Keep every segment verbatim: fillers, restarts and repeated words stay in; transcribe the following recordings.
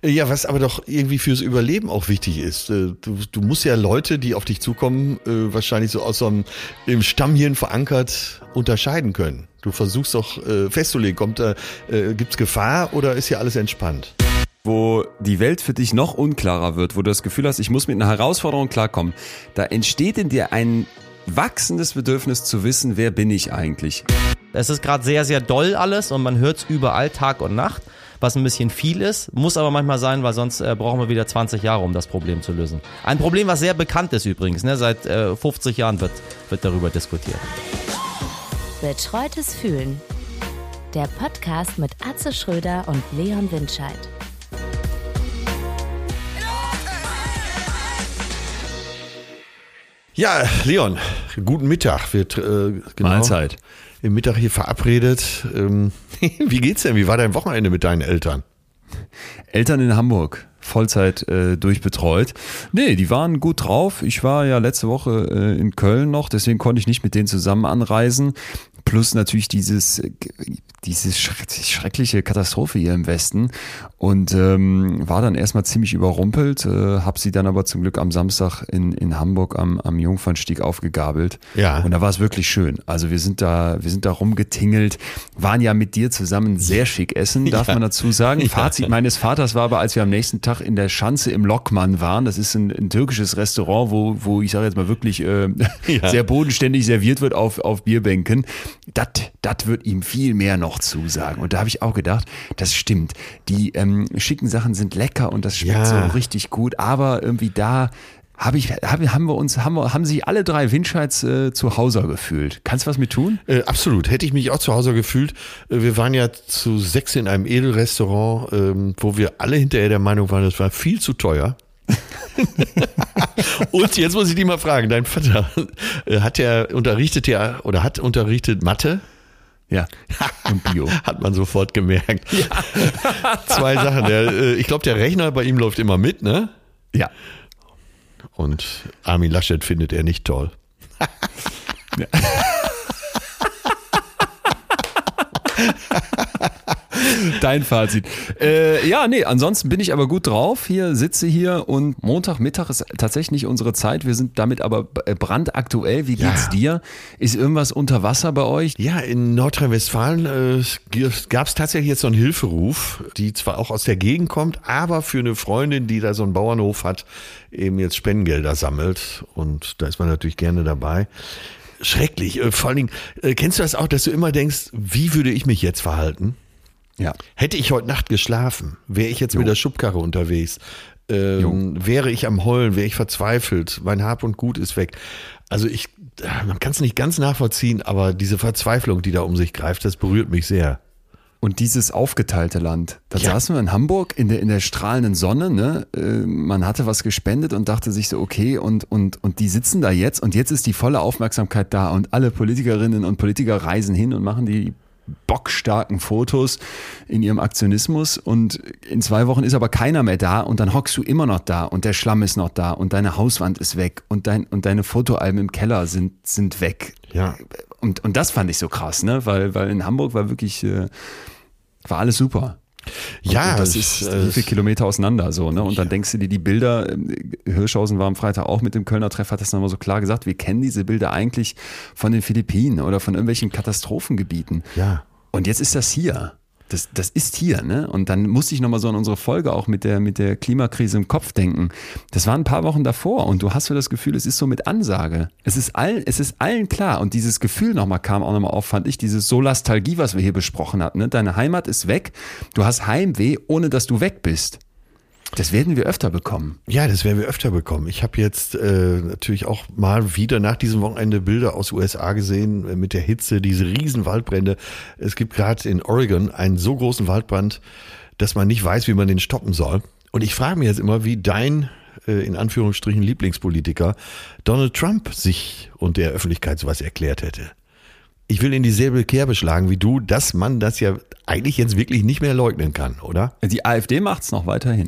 Ja, was aber doch irgendwie fürs Überleben auch wichtig ist. Du, du musst ja Leute, die auf dich zukommen, wahrscheinlich so aus so einem im Stammhirn verankert unterscheiden können. Du versuchst doch festzulegen, kommt da, gibt's Gefahr oder ist hier alles entspannt? Wo die Welt für dich noch unklarer wird, wo du das Gefühl hast, ich muss mit einer Herausforderung klarkommen, da entsteht in dir ein wachsendes Bedürfnis zu wissen, wer bin ich eigentlich? Es ist gerade sehr, sehr doll alles und man hört es überall Tag und Nacht, was ein bisschen viel ist, muss aber manchmal sein, weil sonst äh, brauchen wir wieder zwanzig Jahre, um das Problem zu lösen. Ein Problem, was sehr bekannt ist übrigens, ne? Seit äh, fünfzig Jahren wird, wird darüber diskutiert. Betreutes Fühlen. Der Podcast mit Atze Schröder und Leon Windscheid. Ja, Leon, guten Mittag. Wir, äh, genau, Mahlzeit. Im Mittag hier verabredet. Ähm, wie geht's denn? Wie war dein Wochenende mit deinen Eltern? Eltern in Hamburg, Vollzeit äh, durchbetreut. Nee, die waren gut drauf. Ich war ja letzte Woche äh, in Köln noch, deswegen konnte ich nicht mit denen zusammen anreisen. Plus natürlich dieses, diese schreckliche Katastrophe hier im Westen und ähm, war dann erstmal ziemlich überrumpelt, äh, habe sie dann aber zum Glück am Samstag in, in Hamburg am, am Jungfernstieg aufgegabelt. Ja. Und da war es wirklich schön. Also wir sind da, wir sind da rumgetingelt, waren ja mit dir zusammen sehr schick essen, darf ja. man dazu sagen. Ja. Fazit meines Vaters war aber, als wir am nächsten Tag in der Schanze im Lokman waren, das ist ein, ein türkisches Restaurant, wo, wo ich sage jetzt mal wirklich äh, ja. sehr bodenständig serviert wird auf, auf Bierbänken. Das, das wird ihm viel mehr noch zusagen. Und da habe ich auch gedacht, das stimmt. Die ähm, schicken Sachen sind lecker und das schmeckt ja. so richtig gut. Aber irgendwie da habe ich, hab, haben wir uns, haben wir, haben sich alle drei Windscheids äh, zu Hause gefühlt. Kannst du was mit tun? Äh, absolut. Hätte ich mich auch zu Hause gefühlt. Äh, wir waren ja zu sechs in einem Edelrestaurant, ähm, wo wir alle hinterher der Meinung waren, das war viel zu teuer. Und jetzt muss ich dich mal fragen, dein Vater hat ja unterrichtet ja oder hat unterrichtet Mathe? Ja, und Bio. Hat man sofort gemerkt. Ja. Zwei Sachen. Der, ich glaube, der Rechner bei ihm läuft immer mit, ne? Ja. Und Armin Laschet findet er nicht toll. Ja. Dein Fazit. Äh, ja, nee, ansonsten bin ich aber gut drauf. Hier sitze hier und Montagmittag ist tatsächlich nicht unsere Zeit. Wir sind damit aber brandaktuell. Wie geht's ja. dir? Ist irgendwas unter Wasser bei euch? Ja, in Nordrhein-Westfalen äh, gab es tatsächlich jetzt so einen Hilferuf, die zwar auch aus der Gegend kommt, aber für eine Freundin, die da so einen Bauernhof hat, eben jetzt Spendengelder sammelt. Und da ist man natürlich gerne dabei. Schrecklich. Äh, vor allen Dingen, äh, kennst du das auch, dass du immer denkst, wie würde ich mich jetzt verhalten? Ja. Hätte ich heute Nacht geschlafen, wäre ich jetzt jo. mit der Schubkarre unterwegs, ähm, wäre ich am Heulen, wäre ich verzweifelt, mein Hab und Gut ist weg. Also ich, man kann es nicht ganz nachvollziehen, aber diese Verzweiflung, die da um sich greift, das berührt mich sehr. Und dieses aufgeteilte Land. Da ja. saßen wir in Hamburg in der, in der strahlenden Sonne, ne? Man hatte was gespendet und dachte sich so, okay, und, und, und die sitzen da jetzt und jetzt ist die volle Aufmerksamkeit da und alle Politikerinnen und Politiker reisen hin und machen die bockstarken Fotos in ihrem Aktionismus und in zwei Wochen ist aber keiner mehr da und dann hockst du immer noch da und der Schlamm ist noch da und deine Hauswand ist weg und dein und deine Fotoalben im Keller sind sind weg. Ja. Und und das fand ich so krass, ne, weil weil in Hamburg war wirklich äh, war alles super. Und, ja, und das ist äh, wie viele Kilometer auseinander so, ne? Und dann denkst du dir die Bilder, Hirschhausen war am Freitag auch mit dem Kölner Treff, hat das nochmal so klar gesagt, wir kennen diese Bilder eigentlich von den Philippinen oder von irgendwelchen Katastrophengebieten. Ja. Und jetzt ist das hier. Das, das ist hier, ne? Und dann musste ich nochmal so an unsere Folge auch mit der, mit der Klimakrise im Kopf denken. Das war ein paar Wochen davor und du hast so das Gefühl, es ist so mit Ansage. Es ist allen, es ist allen klar. Und dieses Gefühl nochmal kam auch nochmal auf, fand ich, dieses Solastalgie, was wir hier besprochen hatten, ne? Deine Heimat ist weg. Du hast Heimweh, ohne dass du weg bist. Das werden wir öfter bekommen. Ja, das werden wir öfter bekommen. Ich habe jetzt äh, natürlich auch mal wieder nach diesem Wochenende Bilder aus U S A gesehen äh, mit der Hitze, diese riesen Waldbrände. Es gibt gerade in Oregon einen so großen Waldbrand, dass man nicht weiß, wie man den stoppen soll. Und ich frage mich jetzt immer, wie dein, äh, in Anführungsstrichen, Lieblingspolitiker Donald Trump sich und der Öffentlichkeit sowas erklärt hätte. Ich will in dieselbe Kerbe schlagen wie du, dass man das ja eigentlich jetzt wirklich nicht mehr leugnen kann, oder? Die AfD macht's noch weiterhin.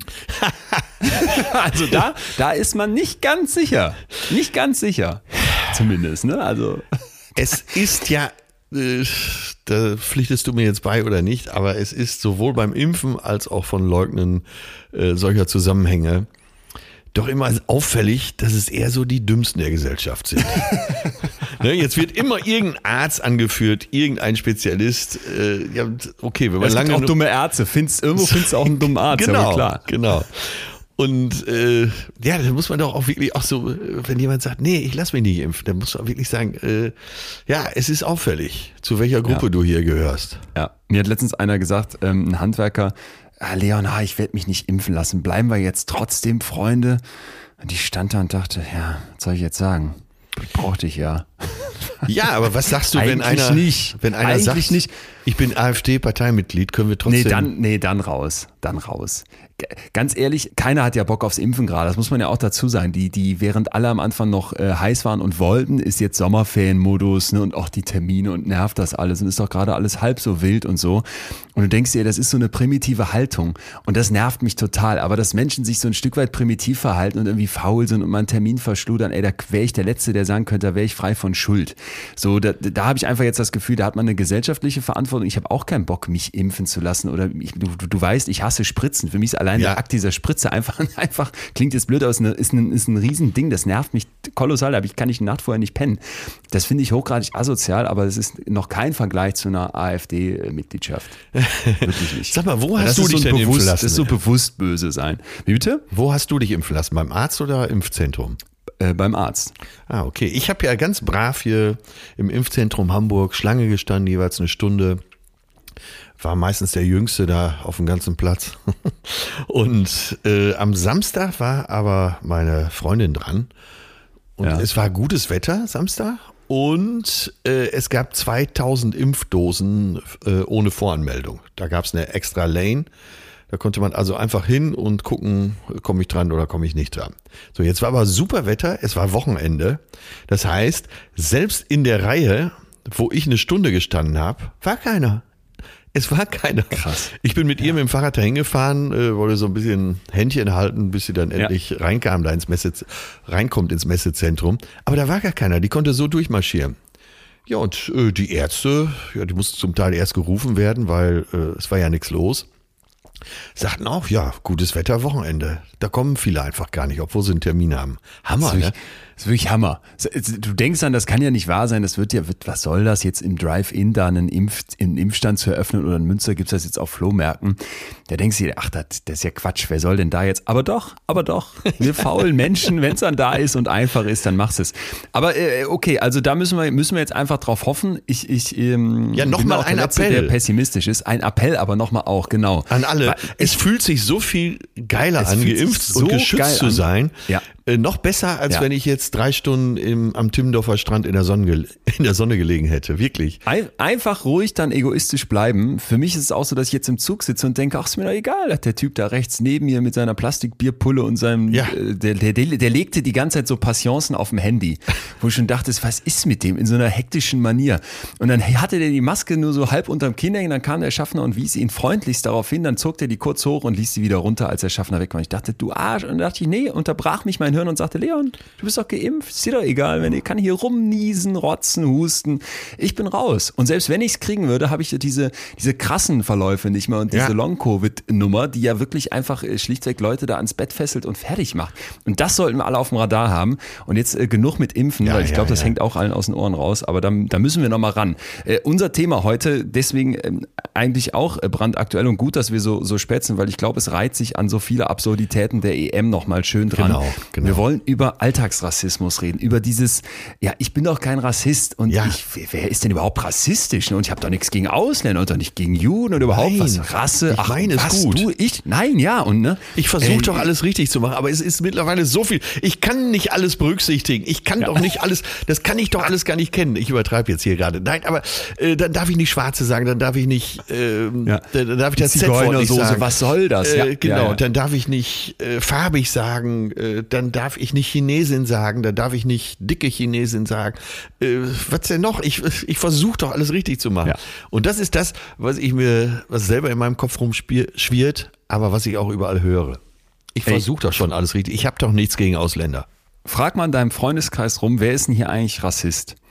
Also da, da ist man nicht ganz sicher. Nicht ganz sicher. Zumindest, ne? Also. Es ist ja äh, da pflichtest du mir jetzt bei oder nicht, aber es ist sowohl beim Impfen als auch von Leugnen äh, solcher Zusammenhänge doch immer auffällig, dass es eher so die Dümmsten der Gesellschaft sind. Ne, jetzt wird immer irgendein Arzt angeführt, irgendein Spezialist. Äh, ja, okay, wenn man es lange gibt auch dumme Ärzte. Findest, irgendwo findest du auch einen dummen Arzt, genau, ja, klar. Genau. Und äh, ja, da muss man doch auch wirklich auch so, wenn jemand sagt, nee, ich lass mich nicht impfen, dann muss man wirklich sagen, äh, ja, es ist auffällig, zu welcher Gruppe Ja. du hier gehörst. Ja, mir hat letztens einer gesagt, ähm, ein Handwerker, ah, Leon, ah, ich werde mich nicht impfen lassen, bleiben wir jetzt trotzdem Freunde? Und ich stand da und dachte, ja, was soll ich jetzt sagen? Ich brauch dich ja. Ja, aber was sagst du, wenn Eigentlich einer, nicht. wenn einer Eigentlich sagt, nicht. ich bin AfD-Parteimitglied, können wir trotzdem... Nee, dann, nee, dann raus. Dann raus. G- Ganz ehrlich, keiner hat ja Bock aufs Impfen gerade. Das muss man ja auch dazu sagen. Die, die während alle am Anfang noch äh, heiß waren und wollten, ist jetzt Sommerferienmodus, ne, und auch die Termine und nervt das alles und ist doch gerade alles halb so wild und so. Und du denkst dir, das ist so eine primitive Haltung und das nervt mich total. Aber dass Menschen sich so ein Stück weit primitiv verhalten und irgendwie faul sind und mal einen Termin verschludern, ey, da wäre ich der Letzte, der sagen könnte, da wäre ich frei von Schuld. So, da, da habe ich einfach jetzt das Gefühl, da hat man eine gesellschaftliche Verantwortung. Ich habe auch keinen Bock, mich impfen zu lassen oder ich, du, du, du weißt, ich hasse Spritzen. Für mich ist allein Ja. der Akt dieser Spritze einfach, einfach klingt jetzt blöd aus, ist ein, ist ein Riesending, das nervt mich kolossal, da kann ich eine Nacht vorher nicht pennen. Das finde ich hochgradig asozial, aber es ist noch kein Vergleich zu einer AfD-Mitgliedschaft. Wirklich nicht. Sag mal, wo Das hast du ist dich so ein denn impfen bewusst, lassen? Das ist so bewusst böse sein. Wie bitte? Wo hast du dich impfen lassen? Beim Arzt oder Impfzentrum? Äh, beim Arzt. Ah, okay. Ich habe ja ganz brav hier im Impfzentrum Hamburg Schlange gestanden, jeweils eine Stunde. War meistens der Jüngste da auf dem ganzen Platz. Und äh, am Samstag war aber meine Freundin dran. Und Ja. es war gutes Wetter Samstag. Und äh, es gab zweitausend Impfdosen äh, ohne Voranmeldung. Da gab es eine extra Lane. Da konnte man also einfach hin und gucken, komme ich dran oder komme ich nicht dran. So, jetzt war aber super Wetter, es war Wochenende. Das heißt, selbst in der Reihe, wo ich eine Stunde gestanden habe, war keiner. Es war keiner. Krass. Ich bin mit ihr mit dem Fahrrad dahin gefahren, äh, wollte so ein bisschen Händchen halten, bis sie dann endlich reinkam, da ins Messe, reinkommt ins Messezentrum. Aber da war gar keiner, die konnte so durchmarschieren. Ja, und äh, die Ärzte, ja, die mussten zum Teil erst gerufen werden, weil äh, es war ja nichts los. Sagten auch, ja, gutes Wetter, Wochenende. Da kommen viele einfach gar nicht, obwohl sie einen Termin haben. Hammer, Das ist ne? wirklich, das ist wirklich Hammer. Du denkst dann, das kann ja nicht wahr sein, das wird ja, wird, was soll das jetzt im Drive-In da einen, Impf, einen Impfstand zu eröffnen oder in Münster gibt's das jetzt auf Flohmärkten. Da denkst du dir, ach, das, das ist ja Quatsch, wer soll denn da jetzt? Aber doch, aber doch, wir faulen Menschen, wenn es dann da ist und einfach ist, dann machst es. Aber äh, okay, also da müssen wir, müssen wir jetzt einfach drauf hoffen. Ich, ich ähm, Ja, noch bin mal auch der ein Letzte, Appell. der pessimistisch ist. Ein Appell, aber nochmal auch, genau. An alle. Weil Es ich- fühlt sich so viel geiler Es an, fühlt sich geimpft so und geschützt geil zu an. sein. Ja. Äh, noch besser, als Ja. wenn ich jetzt drei Stunden im, am Timmendorfer Strand in der, Sonne, gel- in der Sonne gelegen hätte. Wirklich. Ein- Einfach ruhig dann egoistisch bleiben. Für mich ist es auch so, dass ich jetzt im Zug sitze und denke, ach, ist mir doch egal, hat der Typ da rechts neben mir mit seiner Plastikbierpulle und seinem, Ja. äh, der, der, der, der legte die ganze Zeit so Passionsen auf dem Handy, wo ich schon dachte, was ist mit dem in so einer hektischen Manier? Und dann hatte der die Maske nur so halb unterm Kinn hängen, dann kam der Schaffner und wies ihn freundlichst darauf hin, dann zog der die kurz hoch und ließ sie wieder runter, als der Schaffner weg war. Und ich dachte, du Arsch. Und dann dachte ich, nee, unterbrach mich mein Hirn und sagte, Leon, du bist doch geimpft, ist dir doch egal, wenn ich kann hier rumniesen, rotzen, husten. Ich bin raus. Und selbst wenn ich es kriegen würde, habe ich diese, diese krassen Verläufe nicht mehr und diese Ja. Long-Covid-Nummer, die ja wirklich einfach äh, schlichtweg Leute da ans Bett fesselt und fertig macht. Und das sollten wir alle auf dem Radar haben. Und jetzt äh, genug mit Impfen, Ja, weil ich ja, glaube, das ja. hängt auch allen aus den Ohren raus. Aber da, da müssen wir nochmal ran. Äh, unser Thema heute, deswegen ähm, eigentlich auch äh, brandaktuell und gut, dass wir so, so spät sind, weil ich glaube, es reiht sich an so viele Absurditäten der E M nochmal schön dran. Genau, genau. Wir wollen über Alltagsrassismus reden, über dieses, ja, ich bin doch kein Rassist und Ja. ich, wer ist denn überhaupt rassistisch? Und ich habe doch nichts gegen Ausländer und doch nicht gegen Juden und überhaupt Nein. was. Rasse, Ich ach, meine es was, gut. du, ich? Nein, ja, und ne? Ich versuche Ey, doch alles richtig zu machen, aber es ist mittlerweile so viel. Ich kann nicht alles berücksichtigen. Ich kann doch nicht alles, das kann ich doch alles gar nicht kennen. Ich übertreibe jetzt hier gerade. Nein, aber äh, dann darf ich nicht Schwarze sagen, dann darf ich nicht, ähm, Ja. dann, dann darf ich das Z-Wort nicht Zigeunersoße, sagen. was soll das? Äh, Ja, genau, ja, ja. dann darf ich nicht äh, farbig sagen, äh, dann darf ich nicht Chinesin sagen, dann darf ich nicht dicke Chinesin sagen. Äh, was denn noch? Ich, ich versuche doch alles richtig zu machen. Ja. Und das ist das, was ich mir, was selber in meinem Kopf rumschwirrt, aber was ich auch überall höre. Ich Ey. versuche doch schon alles richtig. Ich habe doch nichts gegen Ausländer. Frag mal in deinem Freundeskreis rum, wer ist denn hier eigentlich Rassist?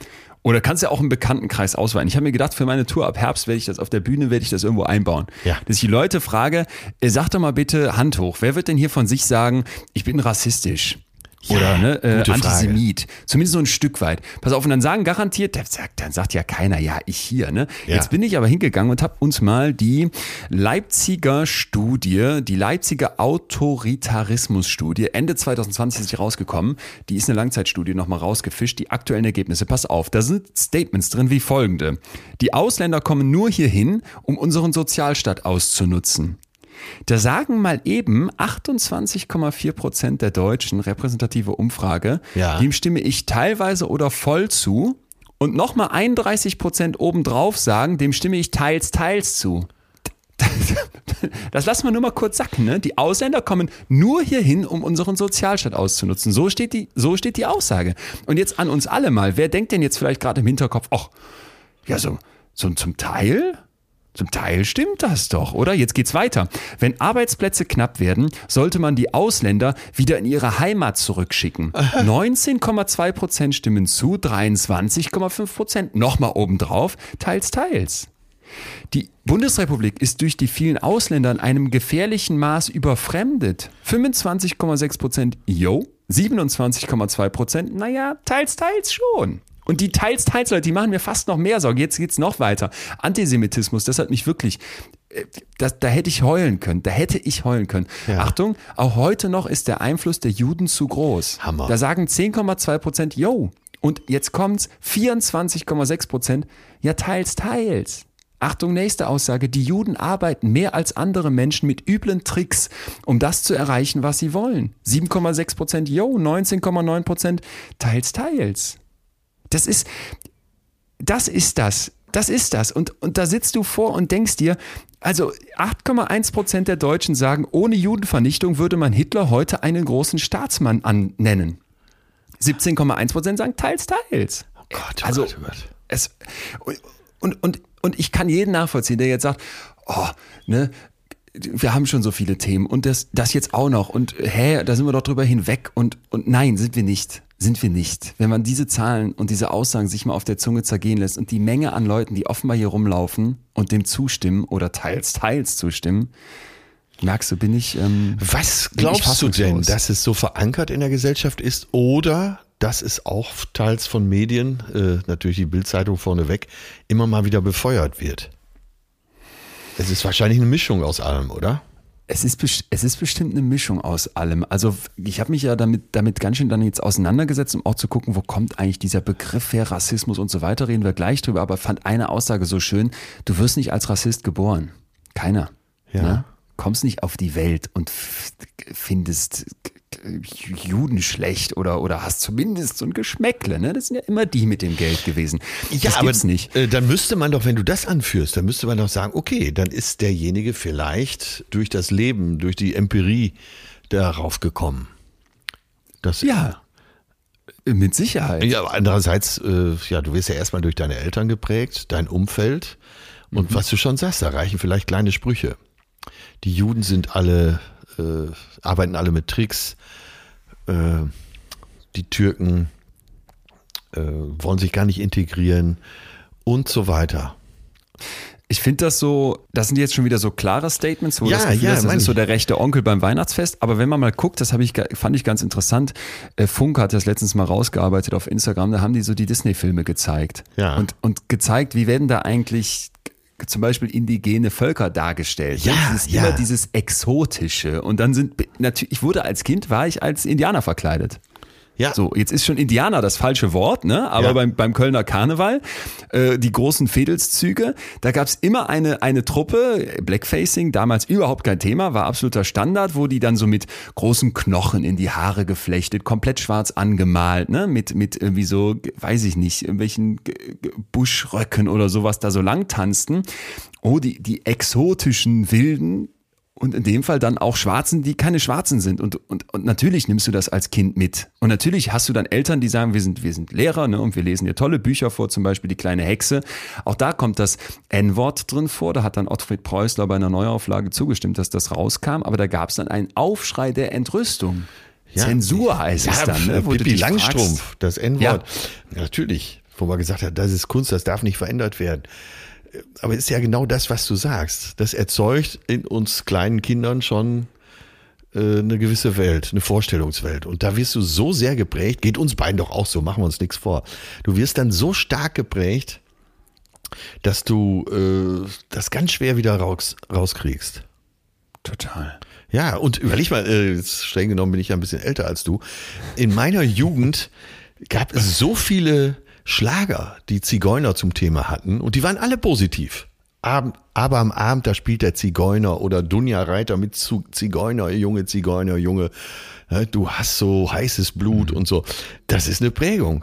Oder kannst ja auch im Bekanntenkreis ausweiten. Ich habe mir gedacht, für meine Tour ab Herbst werde ich das auf der Bühne, werde ich das irgendwo einbauen. Ja. Dass ich die Leute frage, äh, sag doch mal bitte Hand hoch. Wer wird denn hier von sich sagen, ich bin rassistisch? Ja, Oder ne, äh, gute Antisemit. Frage. Zumindest so ein Stück weit. Pass auf, und dann sagen garantiert, dann sagt, dann sagt ja keiner, ja, ich hier. Ne? Ja. Jetzt bin ich aber hingegangen und habe uns mal die Leipziger Studie, die Leipziger Autoritarismus-Studie, Ende zwanzig zwanzig ist die rausgekommen. Die ist eine Langzeitstudie nochmal rausgefischt, die aktuellen Ergebnisse. Pass auf, da sind Statements drin wie folgende. Die Ausländer kommen nur hierhin, um unseren Sozialstaat auszunutzen. Da sagen mal eben achtundzwanzig Komma vier Prozent der Deutschen, repräsentative Umfrage, Ja. dem stimme ich teilweise oder voll zu. Und nochmal einunddreißig Prozent obendrauf sagen, dem stimme ich teils, teils zu. Das lassen wir nur mal kurz sacken. Ne? Die Ausländer kommen nur hierhin, um unseren Sozialstaat auszunutzen. So steht die, so steht die Aussage. Und jetzt an uns alle mal. Wer denkt denn jetzt vielleicht gerade im Hinterkopf, ach, ja, so, so zum Teil... Zum Teil stimmt das doch, oder? Jetzt geht's weiter. Wenn Arbeitsplätze knapp werden, sollte man die Ausländer wieder in ihre Heimat zurückschicken. neunzehn Komma zwei Prozent stimmen zu, dreiundzwanzig Komma fünf Prozent nochmal obendrauf, teils, teils. Die Bundesrepublik ist durch die vielen Ausländer in einem gefährlichen Maß überfremdet. fünfundzwanzig Komma sechs Prozent, yo, siebenundzwanzig Komma zwei Prozent, naja, teils, teils schon. Und die teils, teils, Leute, die machen mir fast noch mehr Sorgen. Jetzt geht's noch weiter. Antisemitismus, das hat mich wirklich, das, da hätte ich heulen können. Da hätte ich heulen können. Ja. Achtung, auch heute noch ist der Einfluss der Juden zu groß. Hammer. Da sagen zehn Komma zwei Prozent, yo. Und jetzt kommt's, vierundzwanzig Komma sechs Prozent, ja, teils, teils. Achtung, nächste Aussage. Die Juden arbeiten mehr als andere Menschen mit üblen Tricks, um das zu erreichen, was sie wollen. sieben Komma sechs Prozent, yo, neunzehn Komma neun Prozent, teils, teils. Das ist, das ist das, das ist das. Und, und da sitzt du vor und denkst dir, also acht Komma eins Prozent der Deutschen sagen, ohne Judenvernichtung würde man Hitler heute einen großen Staatsmann annennen. siebzehn Komma eins Prozent sagen teils, teils. Oh Gott, oh also, Gott, oh Gott. Es, und, und, und ich kann jeden nachvollziehen, der jetzt sagt, oh, ne, wir haben schon so viele Themen und das, das jetzt auch noch und hä, da sind wir doch drüber hinweg und, und nein, sind wir nicht. Sind wir nicht. Wenn man diese Zahlen und diese Aussagen sich mal auf der Zunge zergehen lässt und die Menge an Leuten, die offenbar hier rumlaufen und dem zustimmen oder teils, teils zustimmen, merkst du, bin ich ähm, Was bin ich glaubst du denn, fassungslos. dass es so verankert in der Gesellschaft ist oder dass es auch teils von Medien, äh, natürlich die Bild-Zeitung vorneweg, immer mal wieder befeuert wird? Es ist wahrscheinlich eine Mischung aus allem, oder? Es ist, es ist bestimmt eine Mischung aus allem. Also ich habe mich ja damit, damit ganz schön dann jetzt auseinandergesetzt, um auch zu gucken, wo kommt eigentlich dieser Begriff her, Rassismus und so weiter, reden wir gleich drüber, aber fand eine Aussage so schön, du wirst nicht als Rassist geboren. Keiner. Ja. Ne? Kommst nicht auf die Welt und findest Juden schlecht oder, oder hast zumindest so ein Geschmäckle. Ne? Das sind ja immer die mit dem Geld gewesen. Ja, das aber gibt's nicht. Äh, dann müsste man doch, wenn du das anführst, dann müsste man doch sagen, okay, dann ist derjenige vielleicht durch das Leben, durch die Empirie darauf gekommen. Das, Ja, mit Sicherheit. Ja, aber andererseits, äh, ja, du wirst ja erstmal durch deine Eltern geprägt, dein Umfeld und mhm. was du schon sagst, da reichen vielleicht kleine Sprüche. Die Juden sind alle, äh, arbeiten alle mit Tricks, äh, die Türken äh, wollen sich gar nicht integrieren und so weiter. Ich finde das so, das sind jetzt schon wieder so klare Statements, wo Ja, das Gefühl ja, hast, das meine ist so ich. der rechte Onkel beim Weihnachtsfest. Aber wenn man mal guckt, das habe ich, fand ich ganz interessant. Äh, Funk hat das letztens mal rausgearbeitet auf Instagram. Da haben die so die Disney-Filme gezeigt Ja. und und gezeigt, wie werden da eigentlich zum Beispiel indigene Völker dargestellt. Ja, dieses, ja. immer dieses Exotische. Und dann sind natürlich, ich wurde als Kind, war ich als Indianer verkleidet. Ja, So, jetzt ist schon Indianer das falsche Wort, ne? Aber Ja. beim, beim Kölner Karneval, äh, die großen Fädelszüge, da gab's immer eine, eine Truppe, Blackfacing, damals überhaupt kein Thema, war absoluter Standard, wo die dann so mit großen Knochen in die Haare geflechtet, komplett schwarz angemalt, ne? Mit, mit irgendwie so, weiß ich nicht, irgendwelchen Buschröcken oder sowas da so lang tanzten. Oh, die, die exotischen Wilden. Und in dem Fall dann auch Schwarzen, die keine Schwarzen sind. Und, und, und natürlich nimmst du das als Kind mit. Und natürlich hast du dann Eltern, die sagen, wir sind, wir sind Lehrer, ne, und wir lesen dir tolle Bücher vor, zum Beispiel Die kleine Hexe. Auch da kommt das En-Wort drin vor. Da hat dann Ottfried Preußler bei einer Neuauflage zugestimmt, dass das rauskam. Aber da gab es dann einen Aufschrei der Entrüstung. Ja. Zensur heißt es ja, dann. Ne, wo du Pippi dich Langstrumpf, fragst, das En-Wort. Ja. Natürlich. wo man gesagt hat, das ist Kunst, das darf nicht verändert werden. Aber es ist ja genau das, was du sagst. Das erzeugt in uns kleinen Kindern schon äh, eine gewisse Welt, eine Vorstellungswelt. Und da wirst du so sehr geprägt, geht uns beiden doch auch so, machen wir uns nichts vor. Du wirst dann so stark geprägt, dass du äh, das ganz schwer wieder raus, rauskriegst. Total. Ja, und überleg mal, äh, streng genommen bin ich ja ein bisschen älter als du. In meiner Jugend gab es so viele Schlager, die Zigeuner zum Thema hatten und die waren alle positiv. Abend, aber am Abend, da spielt der Zigeuner oder Dunja Reiter mit Zigeuner, Junge, Zigeuner, Junge, du hast so heißes Blut mhm. und so. Das ist eine Prägung.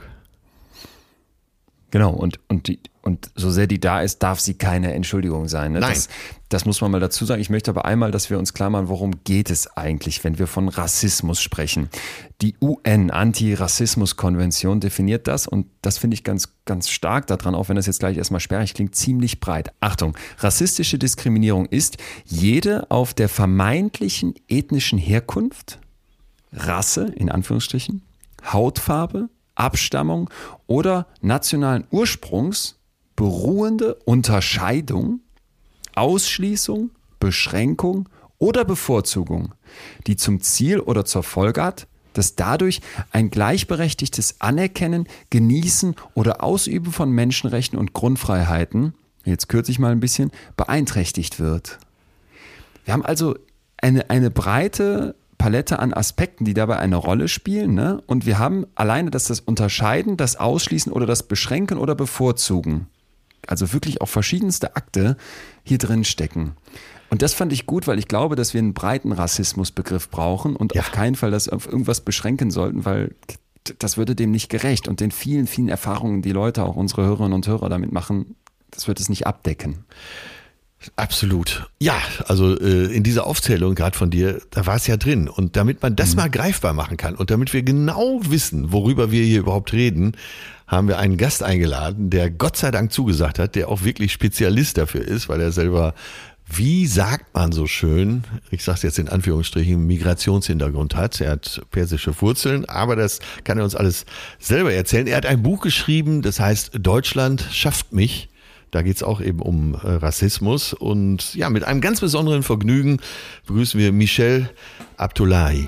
Genau, und, und, die, und so sehr die da ist, darf sie keine Entschuldigung sein. Ne? Nein. Das, das muss man mal dazu sagen. Ich möchte aber einmal, dass wir uns klar machen, worum geht es eigentlich, wenn wir von Rassismus sprechen. Die U N-Anti-Rassismus-Konvention definiert das und das finde ich ganz, ganz stark daran, auch wenn das jetzt gleich erstmal sperrig klingt, ziemlich breit. Achtung, rassistische Diskriminierung ist jede auf der vermeintlichen ethnischen Herkunft, Rasse in Anführungsstrichen, Hautfarbe, Abstammung oder nationalen Ursprungs beruhende Unterscheidung, Ausschließung, Beschränkung oder Bevorzugung, die zum Ziel oder zur Folge hat, dass dadurch ein gleichberechtigtes Anerkennen, Genießen oder Ausüben von Menschenrechten und Grundfreiheiten, jetzt kürze ich mal ein bisschen, beeinträchtigt wird. Wir haben also eine, eine breite Palette an Aspekten, die dabei eine Rolle spielen, ne? Und wir haben alleine das, das Unterscheiden, das Ausschließen oder das Beschränken oder Bevorzugen. Also wirklich auch verschiedenste Akte hier drin stecken. Und das fand ich gut, weil ich glaube, dass wir einen breiten Rassismusbegriff brauchen und ja. auf keinen Fall das auf irgendwas beschränken sollten, weil das würde dem nicht gerecht. Und den vielen, vielen Erfahrungen, die Leute, auch unsere Hörerinnen und Hörer damit machen, das wird es nicht abdecken. Absolut. Ja, also äh, in dieser Aufzählung gerade von dir, da war es ja drin. Und damit man das mhm. mal greifbar machen kann und damit wir genau wissen, worüber wir hier überhaupt reden, haben wir einen Gast eingeladen, der Gott sei Dank zugesagt hat, der auch wirklich Spezialist dafür ist, weil er selber, wie sagt man so schön, ich sage es jetzt in Anführungsstrichen, Migrationshintergrund hat. Er hat persische Wurzeln, aber das kann er uns alles selber erzählen. Er hat ein Buch geschrieben, das heißt Deutschland schafft mich. Da geht es auch eben um äh, Rassismus. Und ja, mit einem ganz besonderen Vergnügen begrüßen wir Michel Abdullahi.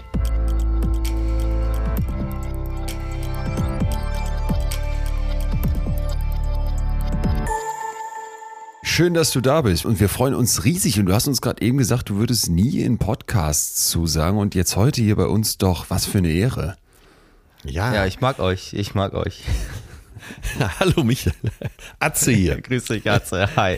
Schön, dass du da bist und wir freuen uns riesig. Und du hast uns gerade eben gesagt, du würdest nie in Podcasts zusagen und jetzt heute hier bei uns doch. Was für eine Ehre. Ja, ja, ich mag euch, ich mag euch. Hallo Michael, Atze hier. Grüß dich Atze, hi.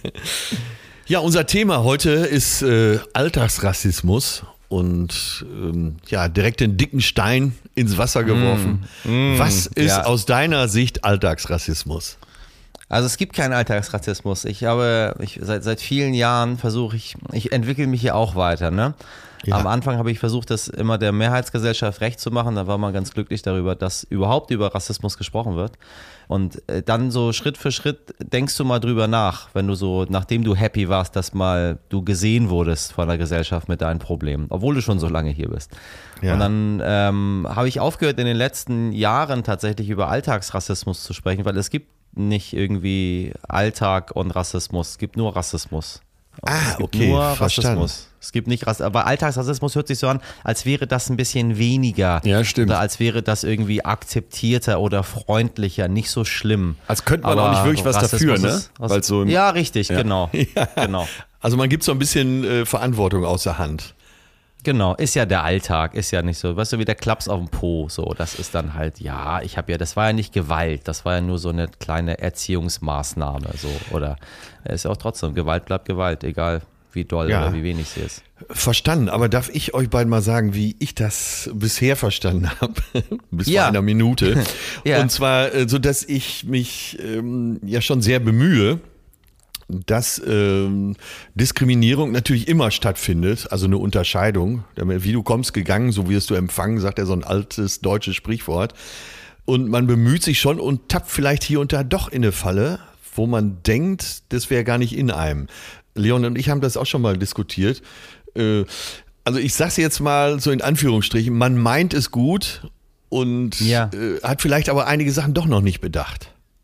Ja, unser Thema heute ist äh, Alltagsrassismus und ähm, ja, direkt den dicken Stein ins Wasser geworfen. Mm, mm, Was ist ja. aus deiner Sicht Alltagsrassismus? Also es gibt keinen Alltagsrassismus. Ich habe, ich, seit, seit vielen Jahren versuche ich, ich entwickle mich hier auch weiter, ne? Ja. Am Anfang habe ich versucht, das immer der Mehrheitsgesellschaft recht zu machen. Da war man ganz glücklich darüber, dass überhaupt über Rassismus gesprochen wird. Und dann so Schritt für Schritt denkst du mal drüber nach, wenn du so, nachdem du happy warst, dass mal du gesehen wurdest von der Gesellschaft mit deinen Problemen, obwohl du schon so lange hier bist. Ja. Und dann ähm, habe ich aufgehört, in den letzten Jahren tatsächlich über Alltagsrassismus zu sprechen, weil es gibt nicht irgendwie Alltag und Rassismus, es gibt nur Rassismus. Ah, es gibt okay, nur verstanden. Rassismus. Es gibt nicht Rassismus, aber Alltagsrassismus hört sich so an, als wäre das ein bisschen weniger. Ja, stimmt. Oder als wäre das irgendwie akzeptierter oder freundlicher, nicht so schlimm. Als könnte man aber auch nicht wirklich was Rassismus dafür, ne? Weil so im, ja, richtig, ja. Genau, ja. genau. Also man gibt so ein bisschen äh, Verantwortung aus der Hand. Genau, ist ja der Alltag, ist ja nicht so, weißt du, wie der Klaps auf dem Po, so, das ist dann halt, ja, ich habe ja, das war ja nicht Gewalt, das war ja nur so eine kleine Erziehungsmaßnahme, so, oder, ist ja auch trotzdem, Gewalt bleibt Gewalt, egal wie doll ja. oder wie wenig sie ist. Verstanden, aber darf ich euch beiden mal sagen, wie ich das bisher verstanden habe, bis ja. vor einer Minute, ja. und zwar so, dass ich mich ähm, ja schon sehr bemühe, dass ähm, Diskriminierung natürlich immer stattfindet, also eine Unterscheidung. Wie du kommst gegangen, so wirst du empfangen, sagt ja so ein altes deutsches Sprichwort. Und man bemüht sich schon und tappt vielleicht hier und da doch in eine Falle, wo man denkt, das wäre gar nicht in einem. Leon und ich haben das auch schon mal diskutiert. Äh, also ich sag's jetzt mal so in Anführungsstrichen, man meint es gut und ja. äh, hat vielleicht aber einige Sachen doch noch nicht bedacht.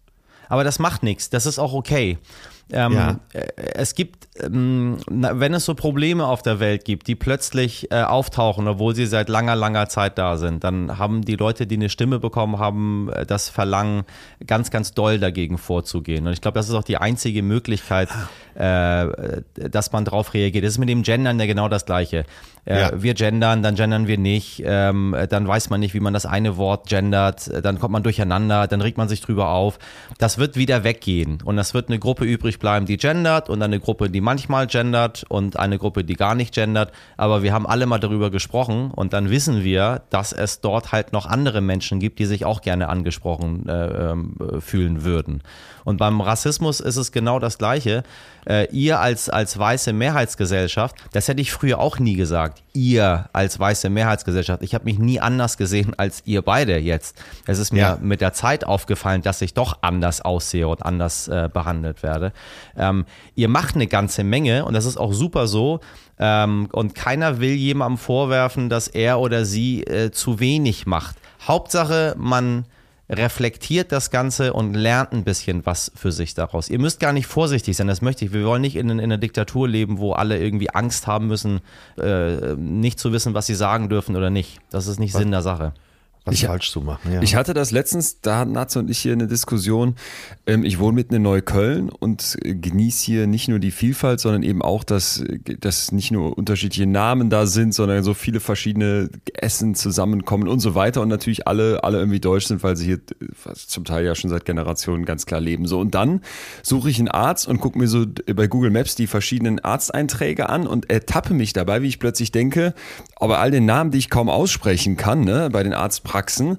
Aber das macht nichts, das ist auch okay. Ähm, Ja. Es gibt, ähm, wenn es so Probleme auf der Welt gibt, die plötzlich äh, auftauchen, obwohl sie seit langer, langer Zeit da sind, dann haben die Leute, die eine Stimme bekommen haben, das Verlangen, ganz, ganz doll dagegen vorzugehen. Und ich glaube, das ist auch die einzige Möglichkeit, äh, dass man darauf reagiert. Das ist mit dem Gendern ja genau das Gleiche. Äh, Ja. Wir gendern, dann gendern wir nicht, ähm, dann weiß man nicht, wie man das eine Wort gendert, dann kommt man durcheinander, dann regt man sich drüber auf. Das wird wieder weggehen und das wird eine Gruppe übrig bleiben, die gendert und eine Gruppe, die manchmal gendert und eine Gruppe, die gar nicht gendert. Aber wir haben alle mal darüber gesprochen und dann wissen wir, dass es dort halt noch andere Menschen gibt, die sich auch gerne angesprochen äh, äh, fühlen würden. Und beim Rassismus ist es genau das Gleiche. Äh, ihr als, als weiße Mehrheitsgesellschaft, das hätte ich früher auch nie gesagt. Ihr als weiße Mehrheitsgesellschaft. Ich habe mich nie anders gesehen als ihr beide jetzt. Es ist mir Ja. mit der Zeit aufgefallen, dass ich doch anders aussehe und anders äh, behandelt werde. Ähm, ihr macht eine ganze Menge und das ist auch super so. Ähm, und keiner will jemandem vorwerfen, dass er oder sie äh, zu wenig macht. Hauptsache, man reflektiert das Ganze und lernt ein bisschen was für sich daraus. Ihr müsst gar nicht vorsichtig sein, das möchte ich. Wir wollen nicht in, in einer Diktatur leben, wo alle irgendwie Angst haben müssen, äh, nicht zu wissen, was sie sagen dürfen oder nicht. Das ist nicht Sinn der Sache. Was Ich- falsch zu machen. Ja. Ich hatte das letztens, da hatten Natze und ich hier eine Diskussion. Ähm, ich wohne mitten in Neukölln und äh, genieße hier nicht nur die Vielfalt, sondern eben auch, dass, dass nicht nur unterschiedliche Namen da sind, sondern so viele verschiedene Essen zusammenkommen und so weiter und natürlich alle, alle irgendwie deutsch sind, weil sie hier äh, zum Teil ja schon seit Generationen ganz klar leben. So, und dann suche ich einen Arzt und gucke mir so bei Google Maps die verschiedenen Arzteinträge an und ertappe mich dabei, wie ich plötzlich denke, aber all den Namen, die ich kaum aussprechen kann, ne, bei den Arztpraxen,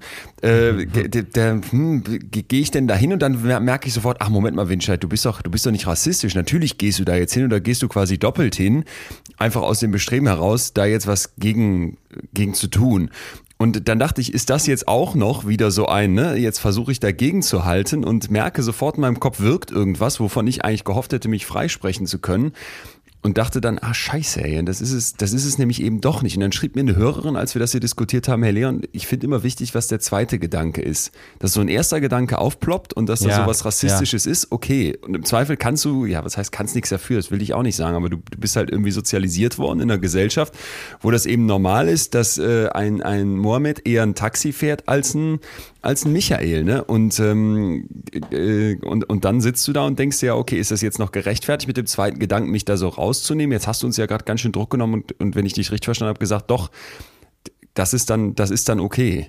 äh, der, der, hm, gehe ich denn da hin und dann merke ich sofort, ach Moment mal, Winscheid, du bist doch, du bist doch nicht rassistisch. Natürlich gehst du da jetzt hin oder gehst du quasi doppelt hin, einfach aus dem Bestreben heraus, da jetzt was gegen, gegen zu tun. Und dann dachte ich, ist das jetzt auch noch wieder so ein, ne? Jetzt versuche ich dagegen zu halten und merke sofort in meinem Kopf wirkt irgendwas, wovon ich eigentlich gehofft hätte, mich freisprechen zu können. Und dachte dann, ah scheiße, ey, das ist es, das ist es nämlich eben doch nicht. Und dann schrieb mir eine Hörerin, als wir das hier diskutiert haben, Herr Leon, ich finde immer wichtig, was der zweite Gedanke ist. Dass so ein erster Gedanke aufploppt und dass da Ja, sowas Rassistisches ist, okay. Und im Zweifel kannst du, ja, was heißt, kannst nichts dafür, das will ich auch nicht sagen, aber du, du bist halt irgendwie sozialisiert worden in einer Gesellschaft, wo das eben normal ist, dass äh, ein, ein Mohammed eher ein Taxi fährt als ein als ein Michael, ne? Und, ähm, äh, und, und dann sitzt du da und denkst dir, ja, okay, ist das jetzt noch gerechtfertigt mit dem zweiten Gedanken, mich da so rauszunehmen? Jetzt hast du uns ja gerade ganz schön Druck genommen und, und wenn ich dich richtig verstanden habe, gesagt, doch, das ist dann, das ist dann okay.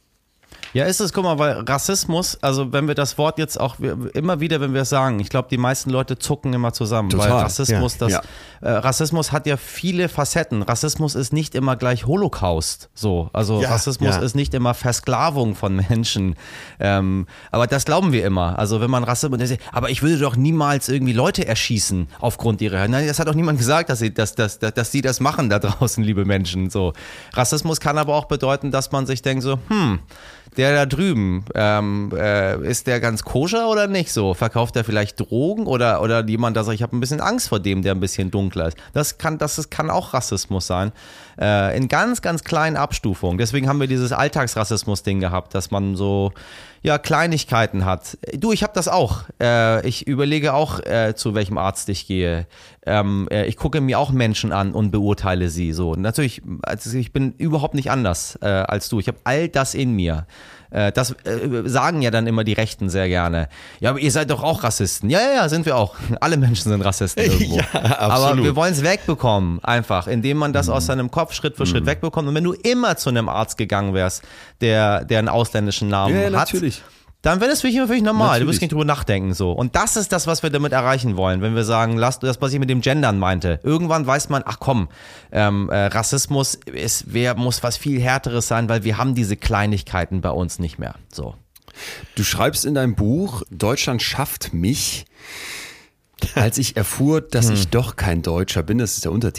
Ja, ist es, guck mal, weil Rassismus, also wenn wir das Wort jetzt auch immer wieder, wenn wir es sagen, ich glaube, die meisten Leute zucken immer zusammen, Total, weil Rassismus, ja, das, ja. Äh, Rassismus hat ja viele Facetten. Rassismus ist nicht immer gleich Holocaust, so, also Ja, Rassismus ja. ist nicht immer Versklavung von Menschen, ähm, aber das glauben wir immer. Also wenn man Rassismus, aber ich würde doch niemals irgendwie Leute erschießen aufgrund ihrer, nein, das hat doch niemand gesagt, dass sie, dass, dass, dass, dass sie das machen da draußen, liebe Menschen, so. Rassismus kann aber auch bedeuten, dass man sich denkt so, hm, der da drüben, ähm, äh, ist der ganz koscher oder nicht so? Verkauft er vielleicht Drogen oder, oder jemand, der sagt, ich habe ein bisschen Angst vor dem, der ein bisschen dunkler ist. Das kann, das ist, kann auch Rassismus sein. Äh, in ganz, ganz kleinen Abstufungen. Deswegen haben wir dieses Alltagsrassismus-Ding gehabt, dass man so, ja, Kleinigkeiten hat. Du, ich habe das auch. Äh, ich überlege auch, äh, zu welchem Arzt ich gehe. Ähm, äh, ich gucke mir auch Menschen an und beurteile sie so. Natürlich, also ich bin überhaupt nicht anders äh, als du. Ich habe all das in mir. Äh, das äh, sagen ja dann immer die Rechten sehr gerne. Ja, aber ihr seid doch auch Rassisten. Ja, ja, ja, sind wir auch. Alle Menschen sind Rassisten irgendwo. Ja, aber absolut. wir wollen es wegbekommen, einfach, indem man das aus seinem Kopf Schritt für Schritt wegbekommt. Und wenn du immer zu einem Arzt gegangen wärst, der, der einen ausländischen Namen Ja, ja, hat, natürlich. dann wäre das für dich immer völlig normal. Natürlich. Du wirst nicht drüber nachdenken so. Und das ist das, was wir damit erreichen wollen, wenn wir sagen, lass das, was ich mit dem Gendern meinte. Irgendwann weiß man, ach komm, ähm, äh, Rassismus ist, wer muss was viel Härteres sein, weil wir haben diese Kleinigkeiten bei uns nicht mehr. So. Du schreibst in deinem Buch, Deutschland schafft mich. Als ich erfuhr, dass ich doch kein Deutscher bin, das ist der Untertitel,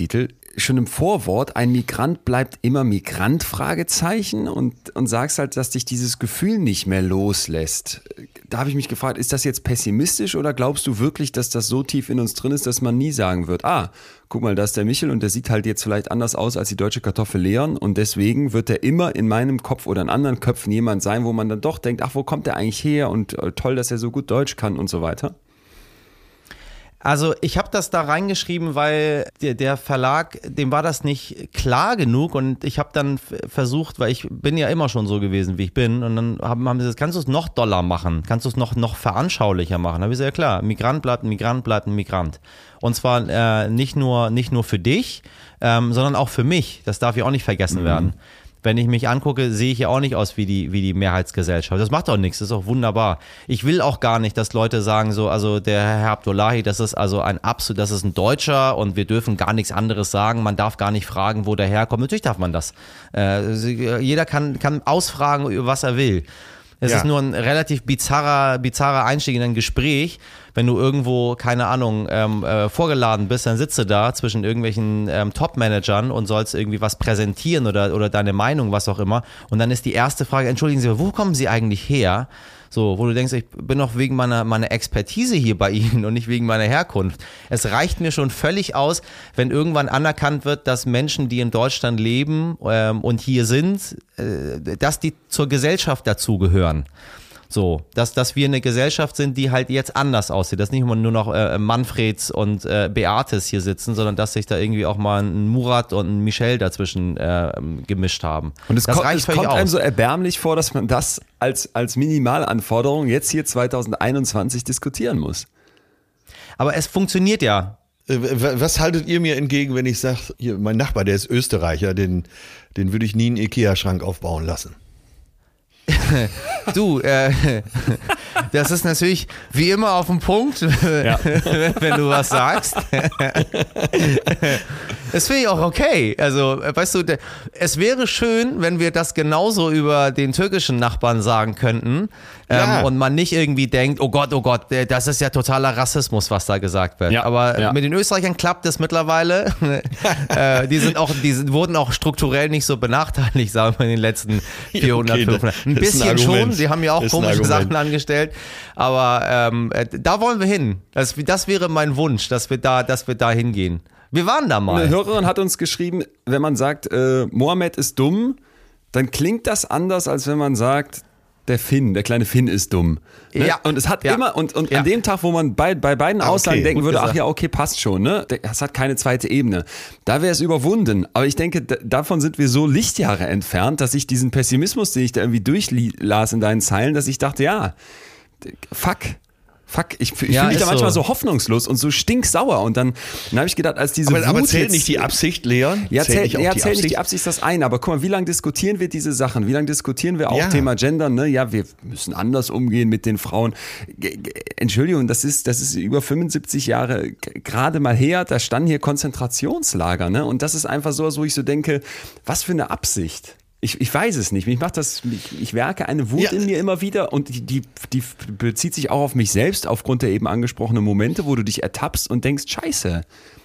schon im Vorwort, ein Migrant bleibt immer Migrant, Fragezeichen, und, und sagst halt, dass dich dieses Gefühl nicht mehr loslässt. Da habe ich mich gefragt, ist das jetzt pessimistisch oder glaubst du wirklich, dass das so tief in uns drin ist, dass man nie sagen wird, ah, guck mal, da ist der Michel und der sieht halt jetzt vielleicht anders aus als die deutsche Kartoffel Leon und deswegen wird er immer in meinem Kopf oder in anderen Köpfen jemand sein, wo man dann doch denkt, ach, wo kommt der eigentlich her und äh, toll, dass er so gut Deutsch kann und so weiter? Also ich habe das da reingeschrieben, weil der, der Verlag, dem war das nicht klar genug und ich habe dann f- versucht, weil ich bin ja immer schon so gewesen, wie ich bin, und dann haben, haben sie gesagt, kannst du es noch doller machen, kannst du es noch, noch veranschaulicher machen? Da habe ich gesagt, ja klar, Migrant bleibt ein Migrant bleibt ein Migrant. Und zwar äh, nicht nur, nicht nur für dich, ähm, sondern auch für mich, das darf ja auch nicht vergessen mhm. werden. Wenn ich mich angucke, sehe ich ja auch nicht aus wie die, wie die Mehrheitsgesellschaft. Das macht doch nichts, das ist auch wunderbar. Ich will auch gar nicht, dass Leute sagen so, also der Herr Abdullahi, das ist also ein absolut, das ist ein Deutscher und wir dürfen gar nichts anderes sagen. Man darf gar nicht fragen, wo der herkommt. Natürlich darf man das. Äh, jeder kann, kann ausfragen, was er will. Es ja. ist nur ein relativ bizarrer, bizarrer Einstieg in ein Gespräch. Wenn du irgendwo, keine Ahnung, ähm, äh, vorgeladen bist, dann sitzt du da zwischen irgendwelchen ähm, Top-Managern und sollst irgendwie was präsentieren oder, oder deine Meinung, was auch immer. Und dann ist die erste Frage, entschuldigen Sie, wo kommen Sie eigentlich her? So, wo du denkst, ich bin doch wegen meiner, meiner Expertise hier bei Ihnen und nicht wegen meiner Herkunft. Es reicht mir schon völlig aus, wenn irgendwann anerkannt wird, dass Menschen, die in Deutschland leben ähm, und hier sind, äh, dass die zur Gesellschaft dazugehören. So, dass, dass wir eine Gesellschaft sind, die halt jetzt anders aussieht, dass nicht immer nur noch äh, Manfreds und äh, Beates hier sitzen, sondern dass sich da irgendwie auch mal ein Murat und ein Michel dazwischen äh, gemischt haben. Und es das kommt, reicht es völlig kommt aus. einem so erbärmlich vor, dass man das als, als Minimalanforderung jetzt hier zwanzig einundzwanzig diskutieren muss. Aber es funktioniert ja. Was haltet ihr mir entgegen, wenn ich sage, hier, mein Nachbar, der ist Österreicher, den, den würde ich nie einen Ikea-Schrank aufbauen lassen? Du, äh, das ist natürlich wie immer auf den Punkt, ja. wenn du was sagst. Das finde ich auch okay. Also, weißt du, es wäre schön, wenn wir das genauso über den türkischen Nachbarn sagen könnten, ja. ähm, und man nicht irgendwie denkt, oh Gott, oh Gott, das ist ja totaler Rassismus, was da gesagt wird. Ja. Aber ja. mit den Österreichern klappt es mittlerweile. äh, die sind auch, die sind, wurden auch strukturell nicht so benachteiligt, sagen wir, in den letzten vierhundert, okay, fünfhundert. Ein bisschen ein schon, die haben ja auch komische Sachen angestellt, aber ähm, da wollen wir hin. Das, das wäre mein Wunsch, dass wir da, dass wir da hingehen. Wir waren da mal. Eine Hörerin hat uns geschrieben, wenn man sagt, äh, Mohammed ist dumm, dann klingt das anders, als wenn man sagt, der Finn, der kleine Finn ist dumm. Ne? Ja. Und es hat ja. immer, und, und ja. an dem Tag, wo man bei, bei beiden Aussagen okay, denken würde, gesagt. ach ja, okay, passt schon, ne? Das hat keine zweite Ebene. Da wäre es überwunden. Aber ich denke, d- davon sind wir so Lichtjahre entfernt, dass ich diesen Pessimismus, den ich da irgendwie durchlas in deinen Zeilen, dass ich dachte, ja, fuck. Fuck, ich, ich ja, fühle mich da manchmal so. so hoffnungslos und so stinksauer. Und dann, dann habe ich gedacht, als diese aber, Wut aber zählt jetzt, nicht die Absicht, Leon? Ja, zählt, zählt, ja, die, zählt Absicht? nicht die Absicht das ein. Aber guck mal, wie lange diskutieren wir diese Sachen? Wie lange diskutieren wir auch ja. Thema Gender? Ne? Ja, wir müssen anders umgehen mit den Frauen. Entschuldigung, das ist, das ist über fünfundsiebzig Jahre gerade mal her. Da standen hier Konzentrationslager. Ne? Und das ist einfach so, wo ich so denke, was für eine Absicht. Ich, ich weiß es nicht. Mich macht das, ich, ich werke eine Wut ja. in mir immer wieder und die, die, die bezieht sich auch auf mich selbst aufgrund der eben angesprochenen Momente, wo du dich ertappst und denkst, scheiße.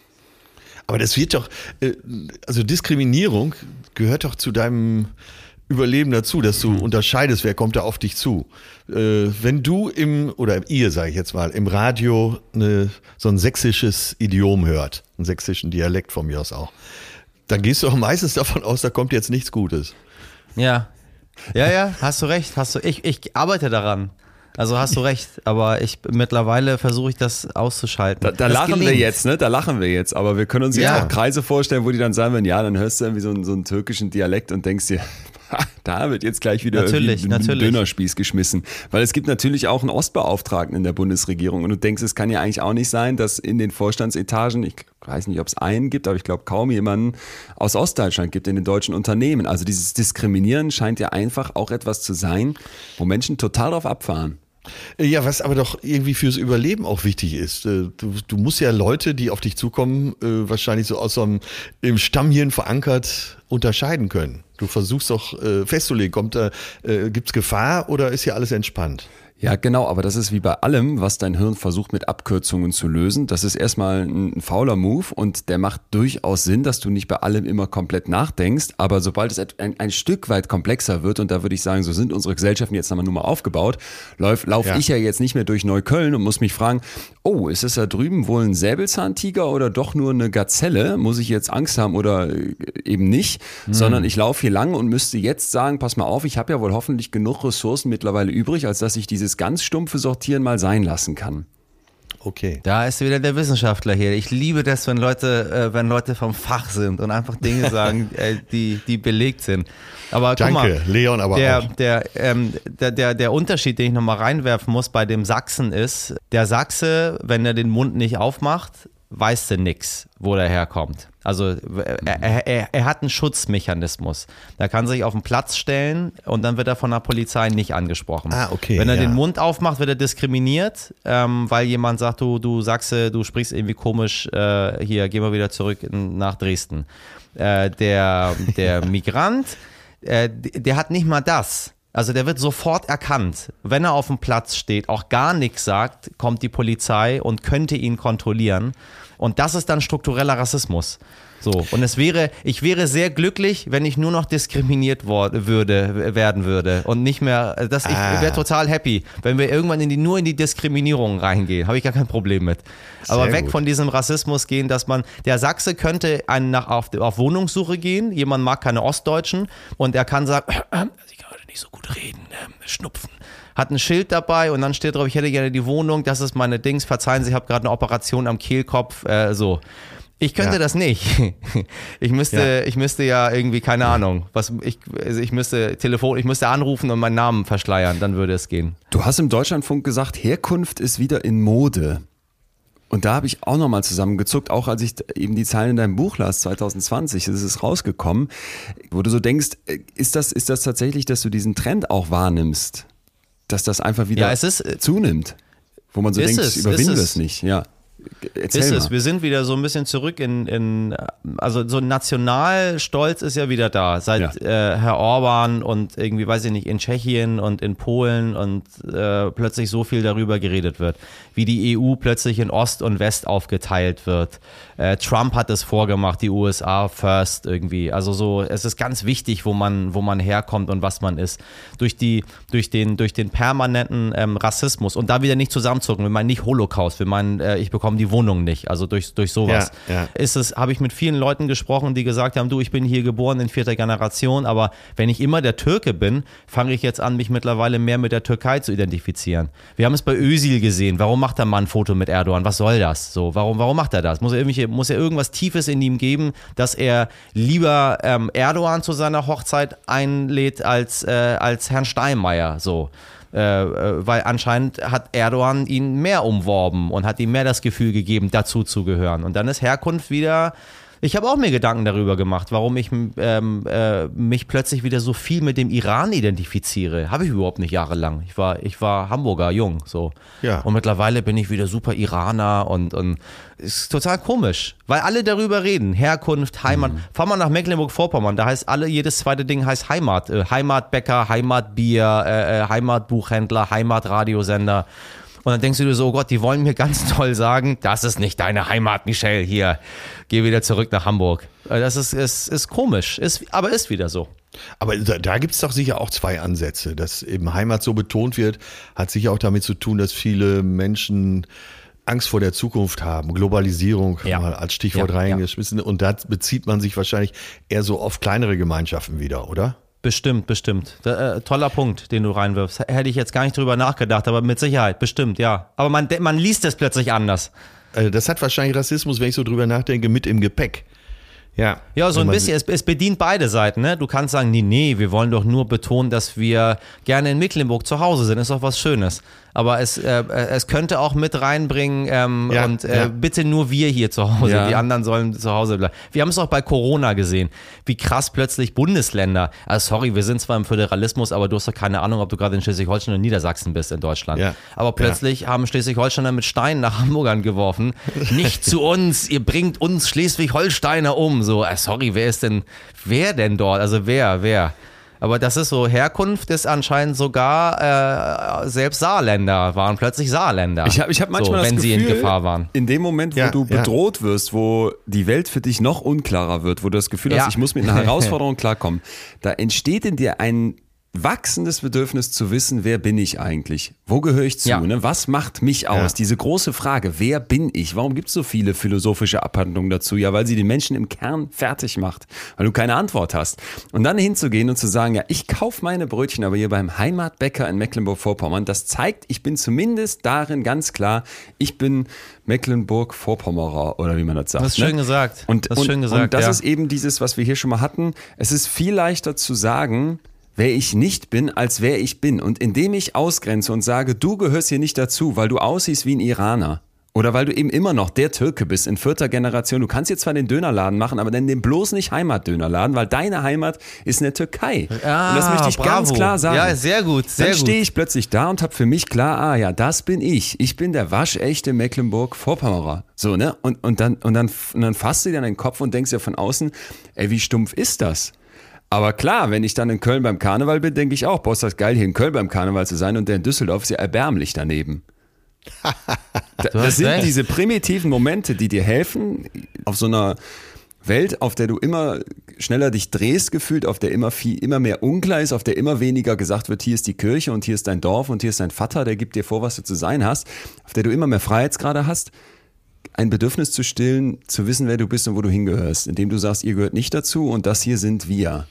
Aber das wird doch, also Diskriminierung gehört doch zu deinem Überleben dazu, dass du unterscheidest, wer kommt da auf dich zu. Wenn du im, oder ihr, sage ich jetzt mal, im Radio eine, so ein sächsisches Idiom hört, einen sächsischen Dialekt von mir aus auch, dann gehst du auch meistens davon aus, da kommt jetzt nichts Gutes. Ja, ja, ja, hast du recht. Hast du, ich, ich arbeite daran. Also hast du recht, aber ich mittlerweile versuche ich das auszuschalten. Da, da das lachen gelingt. wir jetzt, ne? Da lachen wir jetzt, aber wir können uns jetzt ja. auch Kreise vorstellen, wo die dann sagen werden, ja, dann hörst du irgendwie so einen, so einen türkischen Dialekt und denkst dir, da wird jetzt gleich wieder natürlich, irgendwie ein natürlich. Dönerspieß geschmissen. Weil es gibt natürlich auch einen Ostbeauftragten in der Bundesregierung und du denkst, es kann ja eigentlich auch nicht sein, dass in den Vorstandsetagen, ich weiß nicht, ob es einen gibt, aber ich glaube kaum jemanden aus Ostdeutschland gibt in den deutschen Unternehmen. Also dieses Diskriminieren scheint ja einfach auch etwas zu sein, wo Menschen total drauf abfahren. Ja, was aber doch irgendwie fürs Überleben auch wichtig ist. Du, du musst ja Leute, die auf dich zukommen, wahrscheinlich so aus so einem im Stammhirn verankert unterscheiden können. Du versuchst doch festzulegen, kommt da, gibt's Gefahr oder ist hier alles entspannt? Ja, genau, aber das ist wie bei allem, was dein Hirn versucht mit Abkürzungen zu lösen. Das ist erstmal ein, ein fauler Move und der macht durchaus Sinn, dass du nicht bei allem immer komplett nachdenkst. Aber sobald es ein, ein Stück weit komplexer wird, und da würde ich sagen, so sind unsere Gesellschaften jetzt nochmal nur mal aufgebaut, laufe lauf Ja. ich ja jetzt nicht mehr durch Neukölln und muss mich fragen, oh, ist es da drüben wohl ein Säbelzahntiger oder doch nur eine Gazelle? Muss ich jetzt Angst haben oder eben nicht? Hm. Sondern ich laufe hier lang und müsste jetzt sagen, pass mal auf, ich habe ja wohl hoffentlich genug Ressourcen mittlerweile übrig, als dass ich dieses ganz stumpfe Sortieren mal sein lassen kann. Okay. Da ist wieder der Wissenschaftler hier. Ich liebe das, wenn Leute, äh, wenn Leute vom Fach sind und einfach Dinge sagen, äh, die, die belegt sind. Aber Danke, guck mal, Leon, aber der, auch. Der, ähm, der, der, der Unterschied, den ich nochmal reinwerfen muss bei dem Sachsen ist, der Sachse, wenn er den Mund nicht aufmacht, weißt du nix, wo der herkommt. Also er, er, er hat einen Schutzmechanismus. Da kann sich auf den Platz stellen und dann wird er von der Polizei nicht angesprochen. Ah, okay. Wenn er ja. den Mund aufmacht, wird er diskriminiert, ähm, weil jemand sagt, du, du Sachse, du sprichst irgendwie komisch, äh, hier, geh mal wieder zurück in, nach Dresden. Äh, der, der Migrant, äh, der hat nicht mal das. Also der wird sofort erkannt. Wenn er auf dem Platz steht, auch gar nichts sagt, kommt die Polizei und könnte ihn kontrollieren. Und das ist dann struktureller Rassismus. So. Und es wäre, ich wäre sehr glücklich, wenn ich nur noch diskriminiert wor- würde, werden würde und nicht mehr, das, ich Ah. wäre total happy, wenn wir irgendwann in die, nur in die Diskriminierung reingehen. Habe ich gar kein Problem mit. Aber Sehr weg gut. von diesem Rassismus gehen, dass man, der Sachse könnte einen nach, auf, auf Wohnungssuche gehen, jemand mag keine Ostdeutschen und er kann sagen, ich kann heute nicht so gut reden, ähm, Schnupfen. Hat ein Schild dabei und dann steht drauf, ich hätte gerne die Wohnung, das ist meine Dings, verzeihen Sie, ich habe gerade eine Operation am Kehlkopf, äh, so. Ich könnte Ja. das nicht. Ich müsste, Ja. ich müsste ja irgendwie, keine Ahnung, was ich, also ich müsste Telefon, ich müsste anrufen und meinen Namen verschleiern, dann würde es gehen. Du hast im Deutschlandfunk gesagt, Herkunft ist wieder in Mode. Und da habe ich auch nochmal zusammengezuckt, auch als ich eben die Zahlen in deinem Buch las, zwanzig zwanzig, das ist rausgekommen, wo du so denkst, ist das, ist das tatsächlich, dass du diesen Trend auch wahrnimmst? Dass das einfach wieder Ja, es ist- zunimmt? Wo man so Ist denkt, es, überwinden ist wir es. es nicht. Ja. Erzähl Ist mal. es. Wir sind wieder so ein bisschen zurück in, in also so Nationalstolz ist ja wieder da, seit Ja. äh, Herr Orban und irgendwie, weiß ich nicht, in Tschechien und in Polen und äh, plötzlich so viel darüber geredet wird, wie die E U plötzlich in Ost und West aufgeteilt wird. Äh, Trump hat es vorgemacht, die U S A first irgendwie. Also so, es ist ganz wichtig, wo man, wo man herkommt und was man ist. Durch die, durch den, durch den permanenten ähm, Rassismus und da wieder nicht zusammenzucken. Wir meinen nicht Holocaust, wir meinen, äh, ich bekomme die Wohnung nicht. Also durch, durch sowas. Ja, ja. Ist es, habe ich mit vielen Leuten gesprochen, die gesagt haben, du, ich bin hier geboren in vierter Generation, aber wenn ich immer der Türke bin, fange ich jetzt an, mich mittlerweile mehr mit der Türkei zu identifizieren. Wir haben es bei Özil gesehen. Warum macht der Mann ein Foto mit Erdogan? Was soll das? So, warum, warum macht er das? Muss er irgendwelche, muss er irgendwas Tiefes in ihm geben, dass er lieber ähm, Erdogan zu seiner Hochzeit einlädt als, äh, als Herrn Steinmeier? So. Äh, weil anscheinend hat Erdogan ihn mehr umworben und hat ihm mehr das Gefühl gegeben, dazu zu gehören. Und dann ist Herkunft wieder. Ich habe auch mir Gedanken darüber gemacht, warum ich ähm, äh, mich plötzlich wieder so viel mit dem Iran identifiziere. Habe ich überhaupt nicht jahrelang. Ich war, ich war Hamburger, jung, so. Ja. Und mittlerweile bin ich wieder super Iraner und, und ist total komisch, weil alle darüber reden. Herkunft, Heimat. Mhm. Fahr mal nach Mecklenburg-Vorpommern, da heißt alle, jedes zweite Ding heißt Heimat. Äh, Heimatbäcker, Heimatbier, äh, äh, Heimatbuchhändler, Heimatradiosender. Und dann denkst du dir so, oh Gott, die wollen mir ganz toll sagen, das ist nicht deine Heimat, Michel, hier, geh wieder zurück nach Hamburg. Das ist, ist, ist komisch, ist, aber ist wieder so. Aber da, da gibt es doch sicher auch zwei Ansätze. Dass eben Heimat so betont wird, hat sicher auch damit zu tun, dass viele Menschen Angst vor der Zukunft haben. Globalisierung Ja. mal als Stichwort Ja, reingeschmissen. Und da bezieht man sich wahrscheinlich eher so auf kleinere Gemeinschaften wieder, oder? Bestimmt, bestimmt. Da, äh, toller Punkt, den du reinwirfst. Hätte ich jetzt gar nicht drüber nachgedacht, aber mit Sicherheit, bestimmt, ja. Aber man, man liest es plötzlich anders. Also das hat wahrscheinlich Rassismus, wenn ich so drüber nachdenke, mit im Gepäck. Ja, Ja, so Wenn ein man bisschen. Es, es bedient beide Seiten. Ne? Du kannst sagen, nee, nee, wir wollen doch nur betonen, dass wir gerne in Mecklenburg zu Hause sind. Ist doch was Schönes. Aber es, äh, es könnte auch mit reinbringen ähm, Ja, und äh, ja. bitte nur wir hier zu Hause. Ja. Die anderen sollen zu Hause bleiben. Wir haben es auch bei Corona gesehen, wie krass plötzlich Bundesländer, also sorry, wir sind zwar im Föderalismus, aber du hast doch keine Ahnung, ob du gerade in Schleswig-Holstein oder Niedersachsen bist in Deutschland. Ja. Aber plötzlich haben Schleswig-Holsteiner mit Steinen nach Hamburgern geworfen. Nicht zu uns, ihr bringt uns Schleswig-Holsteiner um. So, äh, sorry, wer ist denn, wer denn dort? Also wer, wer? Aber das ist so, Herkunft ist anscheinend sogar, äh, selbst Saarländer waren plötzlich Saarländer. Ich habe ich hab manchmal so, das wenn Gefühl, sie in Gefahr waren. In dem Moment, wo Ja, du ja. bedroht wirst, wo die Welt für dich noch unklarer wird, wo du das Gefühl hast, Ja. ich muss mit einer Herausforderung klarkommen, da entsteht in dir ein wachsendes Bedürfnis zu wissen, wer bin ich eigentlich? Wo gehöre ich zu? Ja. Ne? Was macht mich aus? Ja. Diese große Frage, wer bin ich? Warum gibt es so viele philosophische Abhandlungen dazu? Ja, weil sie den Menschen im Kern fertig macht, weil du keine Antwort hast. Und dann hinzugehen und zu sagen, ja, ich kaufe meine Brötchen aber hier beim Heimatbäcker in Mecklenburg-Vorpommern, das zeigt, ich bin zumindest darin ganz klar, ich bin Mecklenburg-Vorpommerer oder wie man das sagt. Das ist ne? schön gesagt. Und, das ist und, schön gesagt, und das ja. ist eben dieses, was wir hier schon mal hatten. Es ist viel leichter zu sagen, wer ich nicht bin, als wer ich bin. Und indem ich ausgrenze und sage, du gehörst hier nicht dazu, weil du aussiehst wie ein Iraner oder weil du eben immer noch der Türke bist in vierter Generation. Du kannst jetzt zwar den Dönerladen machen, aber nenn den bloß nicht Heimatdönerladen, weil deine Heimat ist in der Türkei. Ah, und das möchte ich bravo. ganz klar sagen. Ja, sehr gut, sehr Dann gut. stehe ich plötzlich da und habe für mich klar, ah ja, das bin ich. Ich bin der waschechte Mecklenburg-Vorpommerer. So, ne? Und, und, dann, und, dann, und dann fasst du dir an den Kopf und denkst dir von außen, ey, wie stumpf ist das? Aber klar, wenn ich dann in Köln beim Karneval bin, denke ich auch, boah, ist das geil, hier in Köln beim Karneval zu sein und der in Düsseldorf ist ja erbärmlich daneben. Da- Das hast sind recht. diese primitiven Momente, die dir helfen, auf so einer Welt, auf der du immer schneller dich drehst, gefühlt, auf der immer viel, immer mehr unklar ist, auf der immer weniger gesagt wird, hier ist die Kirche und hier ist dein Dorf und hier ist dein Vater, der gibt dir vor, was du zu sein hast, auf der du immer mehr Freiheitsgrade hast, ein Bedürfnis zu stillen, zu wissen, wer du bist und wo du hingehörst, indem du sagst, ihr gehört nicht dazu und das hier sind wir.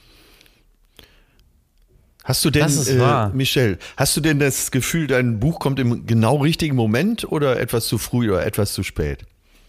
Hast du denn, Das ist äh, wahr. Michelle, hast du denn das Gefühl, dein Buch kommt im genau richtigen Moment oder etwas zu früh oder etwas zu spät?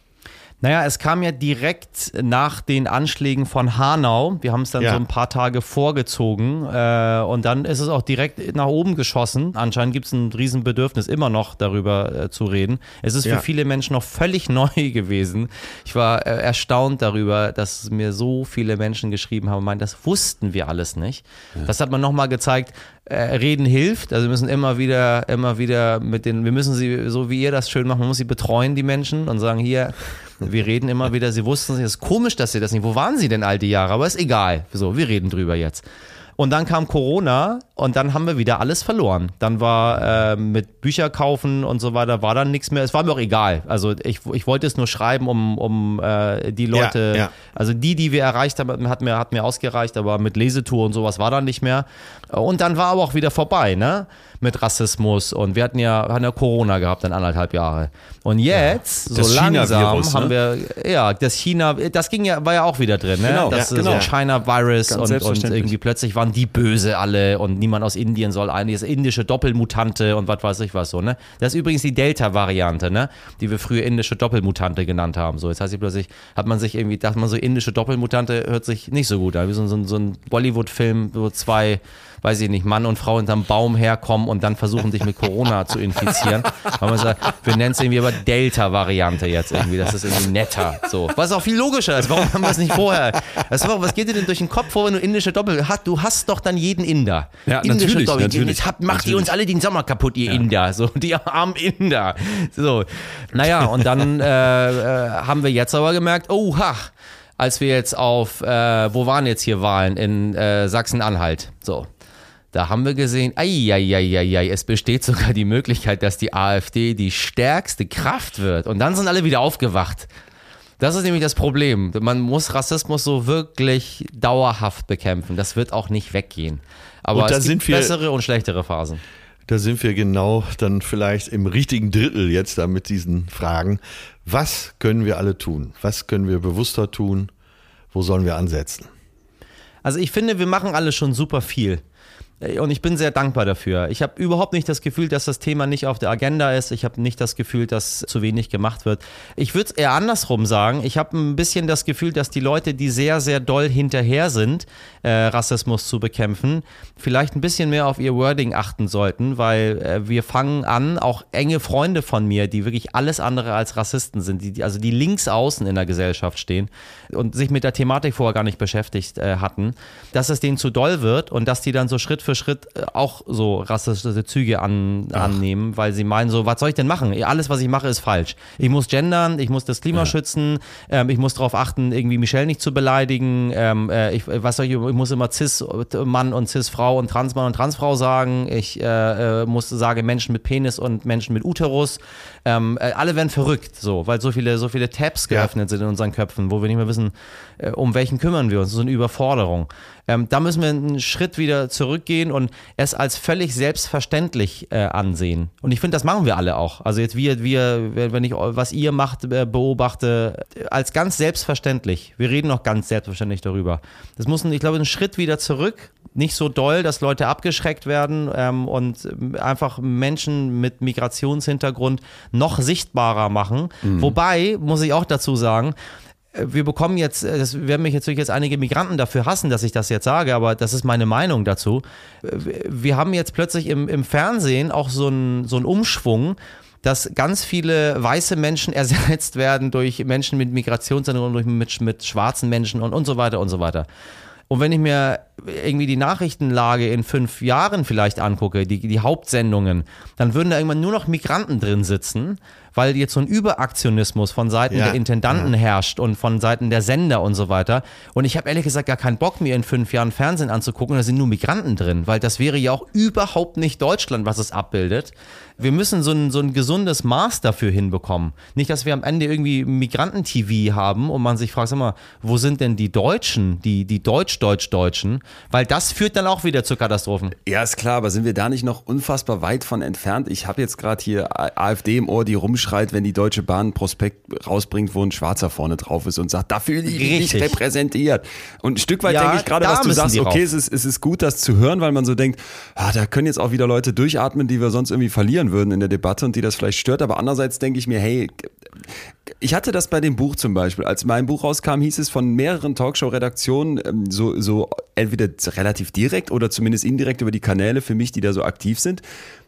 Naja, es kam ja direkt nach den Anschlägen von Hanau. Wir haben es dann Ja. so ein paar Tage vorgezogen äh, und dann ist es auch direkt nach oben geschossen. Anscheinend gibt es ein Riesenbedürfnis, immer noch darüber äh, zu reden. Es ist Ja. für viele Menschen noch völlig neu gewesen. Ich war äh, erstaunt darüber, dass mir so viele Menschen geschrieben haben und meinen, das wussten wir alles nicht. Das hat man nochmal gezeigt. Äh, Reden hilft, also wir müssen immer wieder, immer wieder mit den, wir müssen sie, so wie ihr das schön macht, man muss sie betreuen, die Menschen, und sagen, hier, wir reden immer wieder, sie wussten es, es ist komisch, dass sie das nicht, wo waren sie denn all die Jahre, aber ist egal, so, wir reden drüber jetzt. Und dann kam Corona und dann haben wir wieder alles verloren. Dann war äh, mit Bücher kaufen und so weiter, war dann nichts mehr. Es war mir auch egal. Also ich, ich wollte es nur schreiben, um, um äh, die Leute, Ja, ja. also die, die wir erreicht haben, hat mir, hat mir ausgereicht, aber mit Lesetour und sowas war dann nicht mehr. Und dann war aber auch wieder vorbei, ne? Mit Rassismus und wir hatten ja, hatten ja Corona gehabt in anderthalb Jahre. Und jetzt, Das so langsam, China-Virus, haben ne? wir, ja, das China, das ging ja, war ja auch wieder drin, ne? Genau, das ja, ist genau. so China-Virus Ganz und, und selbstverständlich. irgendwie plötzlich waren die böse alle und niemand aus Indien soll ein, das indische Doppelmutante und was weiß ich was so, ne? Das ist übrigens die Delta-Variante, ne? Die wir früher indische Doppelmutante genannt haben. So, jetzt heißt sie plötzlich, hat man sich irgendwie, dachte man so, indische Doppelmutante hört sich nicht so gut an. Wie so, so, so ein Bollywood-Film, wo zwei, weiß ich nicht, Mann und Frau hinterm Baum herkommen und dann versuchen, dich mit Corona zu infizieren. Weil man sagt, wir nennen es irgendwie aber Delta-Variante jetzt irgendwie, das ist irgendwie netter. So. Was auch viel logischer ist, warum haben wir es nicht vorher? Das war, was geht dir denn durch den Kopf vor, wenn du indische Doppel hast? Du hast doch dann jeden Inder. Ja, indische natürlich, Doppel, natürlich, Jetzt habt, macht natürlich. ihr uns alle den Sommer kaputt, ihr Inder. So, die armen Inder. So. Naja, und dann äh, äh, haben wir jetzt aber gemerkt, oh, ha, als wir jetzt auf, äh, wo waren jetzt hier Wahlen? In äh, Sachsen-Anhalt. So. Da haben wir gesehen, ai, ai, ai, ai, ai, es besteht sogar die Möglichkeit, dass die AfD die stärkste Kraft wird. Und dann sind alle wieder aufgewacht. Das ist nämlich das Problem. Man muss Rassismus so wirklich dauerhaft bekämpfen. Das wird auch nicht weggehen. Aber Und da es sind gibt wir- bessere und schlechtere Phasen. Da sind wir genau dann vielleicht im richtigen Drittel jetzt da mit diesen Fragen. Was können wir alle tun? Was können wir bewusster tun? Wo sollen wir ansetzen? Also ich finde, wir machen alle schon super viel. Und ich bin sehr dankbar dafür. Ich habe überhaupt nicht das Gefühl, dass das Thema nicht auf der Agenda ist. Ich habe nicht das Gefühl, dass zu wenig gemacht wird. Ich würde es eher andersrum sagen. Ich habe ein bisschen das Gefühl, dass die Leute, die sehr, sehr doll hinterher sind, äh, Rassismus zu bekämpfen, vielleicht ein bisschen mehr auf ihr Wording achten sollten, weil äh, wir fangen an, auch enge Freunde von mir, die wirklich alles andere als Rassisten sind, die, die also die links außen in der Gesellschaft stehen und sich mit der Thematik vorher gar nicht beschäftigt äh, hatten, dass es denen zu doll wird und dass die dann so Schritt für für Schritt auch so rassistische Züge an, annehmen, weil sie meinen so, was soll ich denn machen? Alles, was ich mache, ist falsch. Ich muss gendern, ich muss das Klima ja. schützen, ähm, ich muss darauf achten, irgendwie Michelle nicht zu beleidigen, ähm, äh, ich, was soll ich, ich muss immer Cis-Mann und Cis-Frau und Trans-Mann und Trans-Frau sagen, ich äh, muss sagen Menschen mit Penis und Menschen mit Uterus, ähm, äh, alle werden verrückt, so, weil so viele, so viele Tabs geöffnet ja. sind in unseren Köpfen, wo wir nicht mehr wissen, äh, um welchen kümmern wir uns, so eine Überforderung. Ähm, da müssen wir einen Schritt wieder zurückgehen und es als völlig selbstverständlich äh, ansehen. Und ich finde, das machen wir alle auch. Also jetzt wir, wir, wenn ich was ihr macht, äh, beobachte, als ganz selbstverständlich. Wir reden noch ganz selbstverständlich darüber. Das muss, ein, ich glaube, ein Schritt wieder zurück. Nicht so doll, dass Leute abgeschreckt werden ähm, und einfach Menschen mit Migrationshintergrund noch sichtbarer machen. Mhm. Wobei, muss ich auch dazu sagen, wir bekommen jetzt, das werden mich jetzt, jetzt einige Migranten dafür hassen, dass ich das jetzt sage, aber das ist meine Meinung dazu. Wir haben jetzt plötzlich im, im Fernsehen auch so einen so einen Umschwung, dass ganz viele weiße Menschen ersetzt werden durch Menschen mit Migrationshintergrund, durch mit, mit schwarzen Menschen und, und so weiter und so weiter. Und wenn ich mir irgendwie die Nachrichtenlage in fünf Jahren vielleicht angucke, die, die Hauptsendungen, dann würden da irgendwann nur noch Migranten drin sitzen, weil jetzt so ein Überaktionismus von Seiten ja. der Intendanten ja. herrscht und von Seiten der Sender und so weiter. Und ich habe ehrlich gesagt gar keinen Bock, mir in fünf Jahren Fernsehen anzugucken, da sind nur Migranten drin, weil das wäre ja auch überhaupt nicht Deutschland, was es abbildet. Wir müssen so ein, so ein gesundes Maß dafür hinbekommen. Nicht, dass wir am Ende irgendwie Migranten-T V haben und man sich fragt, sag mal, wo sind denn die Deutschen, die, die Deutsch-Deutsch-Deutschen? Weil das führt dann auch wieder zu Katastrophen. Ja, ist klar, aber sind wir da nicht noch unfassbar weit von entfernt? Ich habe jetzt gerade hier AfD im Ohr, die rumschreit, wenn die Deutsche Bahn ein Prospekt rausbringt, wo ein Schwarzer vorne drauf ist und sagt, da fühle ich mich nicht repräsentiert. Und ein Stück weit ja, denke ich gerade, was du sagst, okay, es ist, es ist gut, das zu hören, weil man so denkt, ah, da können jetzt auch wieder Leute durchatmen, die wir sonst irgendwie verlieren würden in der Debatte und die das vielleicht stört. Aber andererseits denke ich mir, hey, ich hatte das bei dem Buch zum Beispiel. Als mein Buch rauskam, hieß es von mehreren Talkshow-Redaktionen so, so entweder relativ direkt oder zumindest indirekt über die Kanäle für mich, die da so aktiv sind.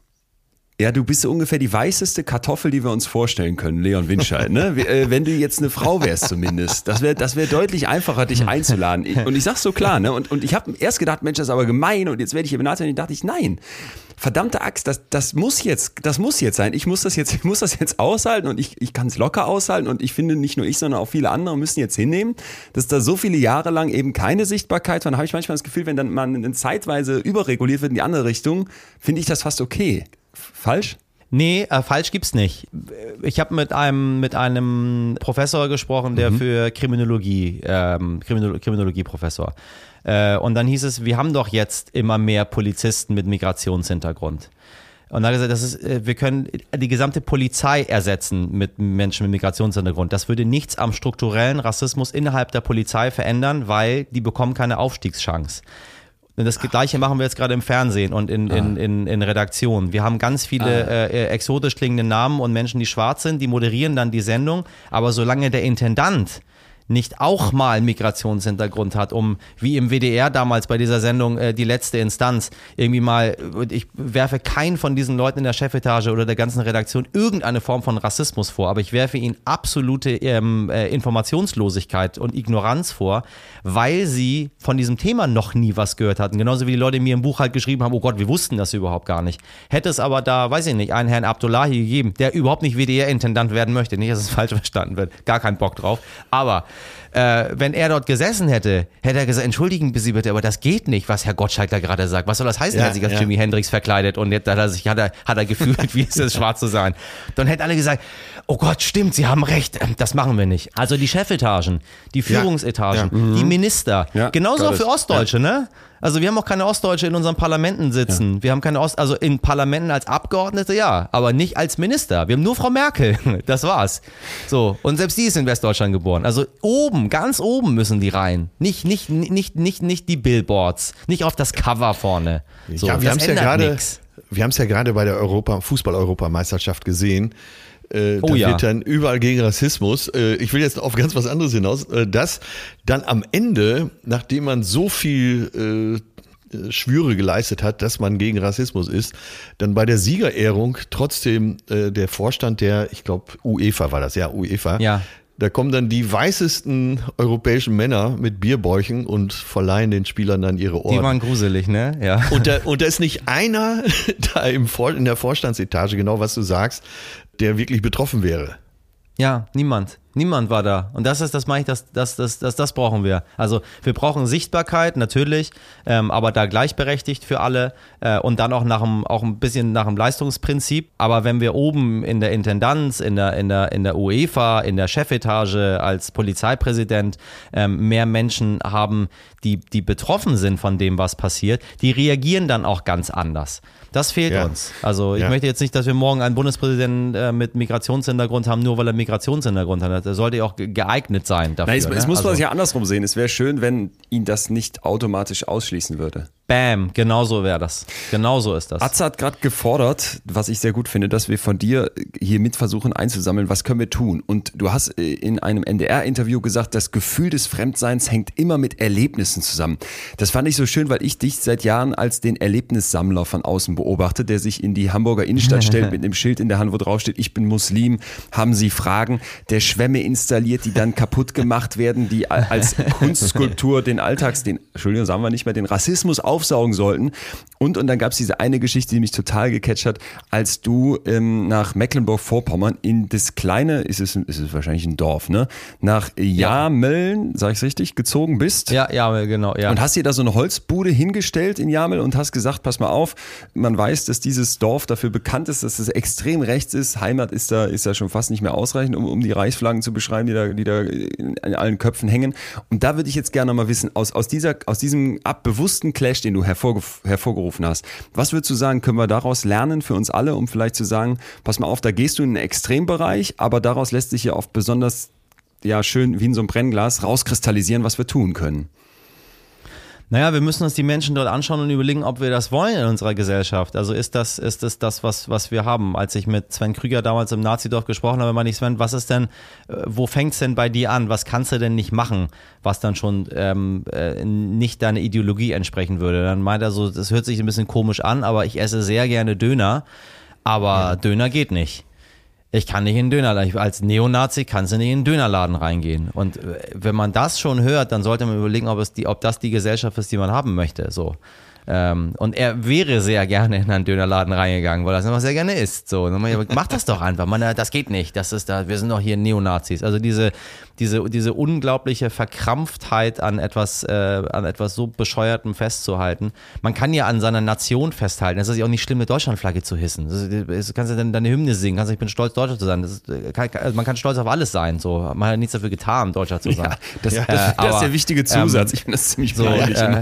Ja, du bist so ungefähr die weißeste Kartoffel, die wir uns vorstellen können, Leon Winscheid, ne? Wenn du jetzt eine Frau wärst zumindest. Das wäre das wär deutlich einfacher, dich einzuladen. Und ich sag's so klar, ne? Und, und ich habe erst gedacht, Mensch, das ist aber gemein und jetzt werde ich hier benachrichtigt. Und dachte ich, nein, verdammte Axt, das, das muss jetzt, das muss jetzt sein. Ich muss das jetzt, ich muss das jetzt aushalten und ich, ich kann es locker aushalten und ich finde, nicht nur ich, sondern auch viele andere müssen jetzt hinnehmen, dass da so viele Jahre lang eben keine Sichtbarkeit war. Dann habe ich manchmal das Gefühl, wenn dann man zeitweise überreguliert wird in die andere Richtung, finde ich das fast okay. Falsch? Nee, äh, falsch gibt's nicht. Ich habe mit einem mit einem Professor gesprochen, der mhm. für Kriminologie, ähm, Kriminolo- Kriminologie-Professor. Äh, und dann hieß es, wir haben doch jetzt immer mehr Polizisten mit Migrationshintergrund. Und dann hat er gesagt, das ist, wir können die gesamte Polizei ersetzen mit Menschen mit Migrationshintergrund. Das würde nichts am strukturellen Rassismus innerhalb der Polizei verändern, weil die bekommen keine Aufstiegschance. Und das Gleiche machen wir jetzt gerade im Fernsehen und in, in, in, in Redaktionen. Wir haben ganz viele ah. äh, exotisch klingende Namen und Menschen, die schwarz sind, die moderieren dann die Sendung. Aber solange der Intendant nicht auch mal Migrationshintergrund hat, um wie im W D R damals bei dieser Sendung äh, die letzte Instanz irgendwie mal, ich werfe keinen von diesen Leuten in der Chefetage oder der ganzen Redaktion irgendeine Form von Rassismus vor, aber ich werfe ihnen absolute ähm, äh, Informationslosigkeit und Ignoranz vor, weil sie von diesem Thema noch nie was gehört hatten. Genauso wie die Leute mir im Buch halt geschrieben haben, oh Gott, wir wussten das überhaupt gar nicht. Hätte es aber da, weiß ich nicht, einen Herrn Abdullahi gegeben, der überhaupt nicht W D R-Intendant werden möchte, nicht, dass es falsch verstanden wird, gar keinen Bock drauf, aber Äh, wenn er dort gesessen hätte, hätte er gesagt, entschuldigen Sie bitte, aber das geht nicht, was Herr Gottschalk da gerade sagt. Was soll das heißen, ja, er hat sich als ja. Jimi Hendrix verkleidet und jetzt hat er sich, hat er, hat er gefühlt, wie ist es, schwarz zu sein. Dann hätten alle gesagt, oh Gott, stimmt, Sie haben recht, das machen wir nicht. Also die Chefetagen, die Führungsetagen, ja. Ja. die Minister, ja, genauso auch für Ostdeutsche, ja. ne? Also wir haben auch keine Ostdeutsche in unseren Parlamenten sitzen. Ja. Wir haben keine Ost, also in Parlamenten als Abgeordnete, ja, aber nicht als Minister. Wir haben nur Frau Merkel. Das war's. So. Und selbst die ist in Westdeutschland geboren. Also oben, ganz oben müssen die rein. Nicht, nicht, nicht, nicht, nicht die Billboards. Nicht auf das Cover vorne. So, ja, wir haben es ja gerade, wir haben es ja gerade bei der Europa, Fußball-Europameisterschaft gesehen. Äh, oh, da ja. wird dann überall gegen Rassismus. Äh, ich will jetzt auf ganz was anderes hinaus. Äh, dass dann am Ende, nachdem man so viel äh, Schwüre geleistet hat, dass man gegen Rassismus ist, dann bei der Siegerehrung trotzdem äh, der Vorstand der, ich glaube UEFA war das, ja UEFA, ja. Da kommen dann die weißesten europäischen Männer mit Bierbäuchen und verleihen den Spielern dann ihre Orden. Die waren gruselig, ne? Ja. Und da, und da ist nicht einer da im Vor, in der Vorstandsetage, genau was du sagst, der wirklich betroffen wäre. Ja, niemand. Niemand war da. Und das ist, das meine ich, das, das, das, das, das brauchen wir. Also wir brauchen Sichtbarkeit, natürlich, ähm, aber da gleichberechtigt für alle äh, und dann auch nach dem, auch ein bisschen nach dem Leistungsprinzip. Aber wenn wir oben in der Intendanz, in der, in der, in der UEFA, in der Chefetage als Polizeipräsident ähm, mehr Menschen haben, die, die betroffen sind von dem, was passiert, die reagieren dann auch ganz anders. Das fehlt ja. uns. Also ich ja. möchte jetzt nicht, dass wir morgen einen Bundespräsidenten äh, mit Migrationshintergrund haben, nur weil er Migrationshintergrund hat. Er sollte ja auch geeignet sein dafür. Nein, es, ne? es muss also, man sich ja andersrum sehen. Es wäre schön, wenn ihn das nicht automatisch ausschließen würde. Bam, genau so wäre das. Genau so ist das. Atze hat gerade gefordert, was ich sehr gut finde, dass wir von dir hier mit versuchen einzusammeln, was können wir tun? Und du hast in einem N D R-Interview gesagt, das Gefühl des Fremdseins hängt immer mit Erlebnissen zusammen. Das fand ich so schön, weil ich dich seit Jahren als den Erlebnissammler von außen beobachte, der sich in die Hamburger Innenstadt stellt mit einem Schild in der Hand, wo drauf steht, ich bin Muslim, haben Sie Fragen, der Schwämme installiert, die dann kaputt gemacht werden, die als Kunstskulptur den Alltags, den, Entschuldigung, sagen wir nicht mehr, den Rassismus aufsaugen sollten. Und, und dann gab es diese eine Geschichte, die mich total gecatcht hat, als du ähm, nach Mecklenburg-Vorpommern in das kleine, ist es, ist es wahrscheinlich ein Dorf, ne? Nach Jameln, sag ich's richtig, gezogen bist. Ja, ja, genau, ja. Und hast dir da so eine Holzbude hingestellt in Jamel und hast gesagt, pass mal auf, man weiß, dass dieses Dorf dafür bekannt ist, dass es extrem rechts ist. Heimat ist da, ist da schon fast nicht mehr ausreichend, um, um die Reichsflaggen zu beschreiben, die da, die da in allen Köpfen hängen. Und da würde ich jetzt gerne mal wissen, aus, aus, dieser, aus diesem bewussten Clash, den du hervorge- hervorgerufen hast, was würdest du sagen, können wir daraus lernen für uns alle, um vielleicht zu sagen, pass mal auf, da gehst du in einen Extrembereich, aber daraus lässt sich ja oft besonders, ja, schön wie in so einem Brennglas rauskristallisieren, was wir tun können. Naja, wir müssen uns die Menschen dort anschauen und überlegen, ob wir das wollen in unserer Gesellschaft. Also ist das, ist das das, was, was wir haben? Als ich mit Sven Krüger damals im Nazidorf gesprochen habe, meinte ich, Sven, was ist denn, wo fängt's denn bei dir an? Was kannst du denn nicht machen, was dann schon ähm, äh, nicht deiner Ideologie entsprechen würde? Dann meint er so, das hört sich ein bisschen komisch an, aber ich esse sehr gerne Döner, aber ja. Döner geht nicht. Ich kann nicht in den Dönerladen, als Neonazi kannst du nicht in den Dönerladen reingehen. Und wenn man das schon hört, dann sollte man überlegen, ob es die, ob das die Gesellschaft ist, die man haben möchte. So. Ähm, und er wäre sehr gerne in einen Dönerladen reingegangen, weil er das immer sehr gerne isst. So. Und man, mach das doch einfach. Man, das geht nicht. Das ist da, wir sind doch hier Neonazis. Also diese, diese, diese unglaubliche Verkrampftheit an etwas, äh, an etwas so Bescheuertem festzuhalten. Man kann ja an seiner Nation festhalten. Es ist ja auch nicht schlimm, eine Deutschlandflagge zu hissen. Das ist, das, kannst du dann deine Hymne singen, kannst du, ich bin stolz, Deutscher zu sein. Das ist, kann, also man kann stolz auf alles sein. So. Man hat nichts dafür getan, Deutscher zu sein. Ja, das, ja, das, äh, das aber, ist der wichtige Zusatz. Ähm, ich finde das ziemlich so, peinlich. äh,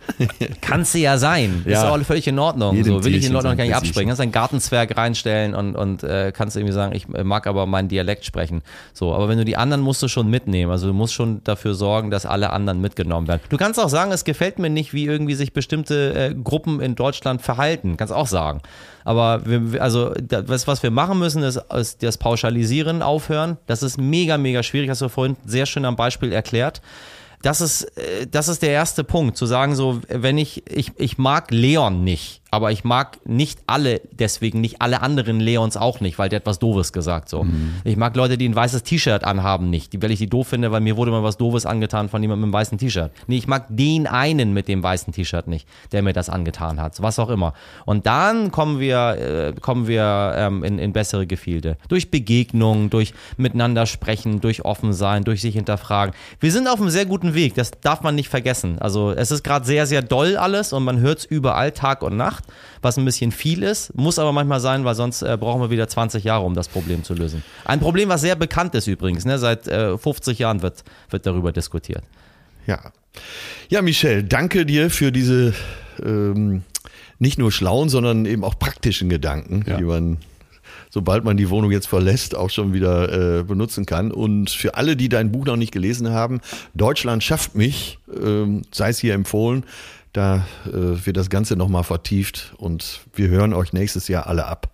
kannst du ja sein. Ja. Ist auch völlig in Ordnung. Jedem So, will ich den Tierchen Leuten auch gar nicht sein absprechen. Kannst einen Gartenzwerg reinstellen und, und äh, kannst irgendwie sagen, ich mag aber meinen Dialekt sprechen. So, aber wenn du die anderen musst du schon mitnehmen. Also du musst schon dafür sorgen, dass alle anderen mitgenommen werden. Du kannst auch sagen, es gefällt mir nicht, wie irgendwie sich bestimmte äh, Gruppen in Deutschland verhalten. Kannst auch sagen. Aber wir, also das, was wir machen müssen, ist, ist das Pauschalisieren aufhören. Das ist mega, mega schwierig. Hast du vorhin sehr schön am Beispiel erklärt. Das ist, das ist der erste Punkt, zu sagen so, wenn ich, ich, ich mag Leon nicht, aber ich mag nicht alle, deswegen nicht alle anderen Leons auch nicht, weil der hat was Doofes gesagt, so. Mhm. Ich mag Leute, die ein weißes T-Shirt anhaben nicht, weil ich die doof finde, weil mir wurde mal was Doofes angetan von jemandem mit einem weißen T-Shirt. Nee, ich mag den einen mit dem weißen T-Shirt nicht, der mir das angetan hat, was auch immer. Und dann kommen wir, äh, kommen wir ähm, in, in bessere Gefilde. Durch Begegnung, durch miteinander sprechen, durch offen sein, durch sich hinterfragen. Wir sind auf einem sehr guten Weg, das darf man nicht vergessen. Also es ist gerade sehr, sehr doll alles und man hört es überall Tag und Nacht, was ein bisschen viel ist, muss aber manchmal sein, weil sonst äh, brauchen wir wieder zwanzig Jahre, um das Problem zu lösen. Ein Problem, was sehr bekannt ist übrigens, ne? Seit äh, fünfzig Jahren wird, wird darüber diskutiert. Ja, ja, Michel, danke dir für diese ähm, nicht nur schlauen, sondern eben auch praktischen Gedanken, ja. die man, sobald man die Wohnung jetzt verlässt, auch schon wieder äh, benutzen kann. Und für alle, die dein Buch noch nicht gelesen haben, Deutschland schafft mich, ähm, sei es hier empfohlen, da äh, wird das Ganze nochmal vertieft und wir hören euch nächstes Jahr alle ab.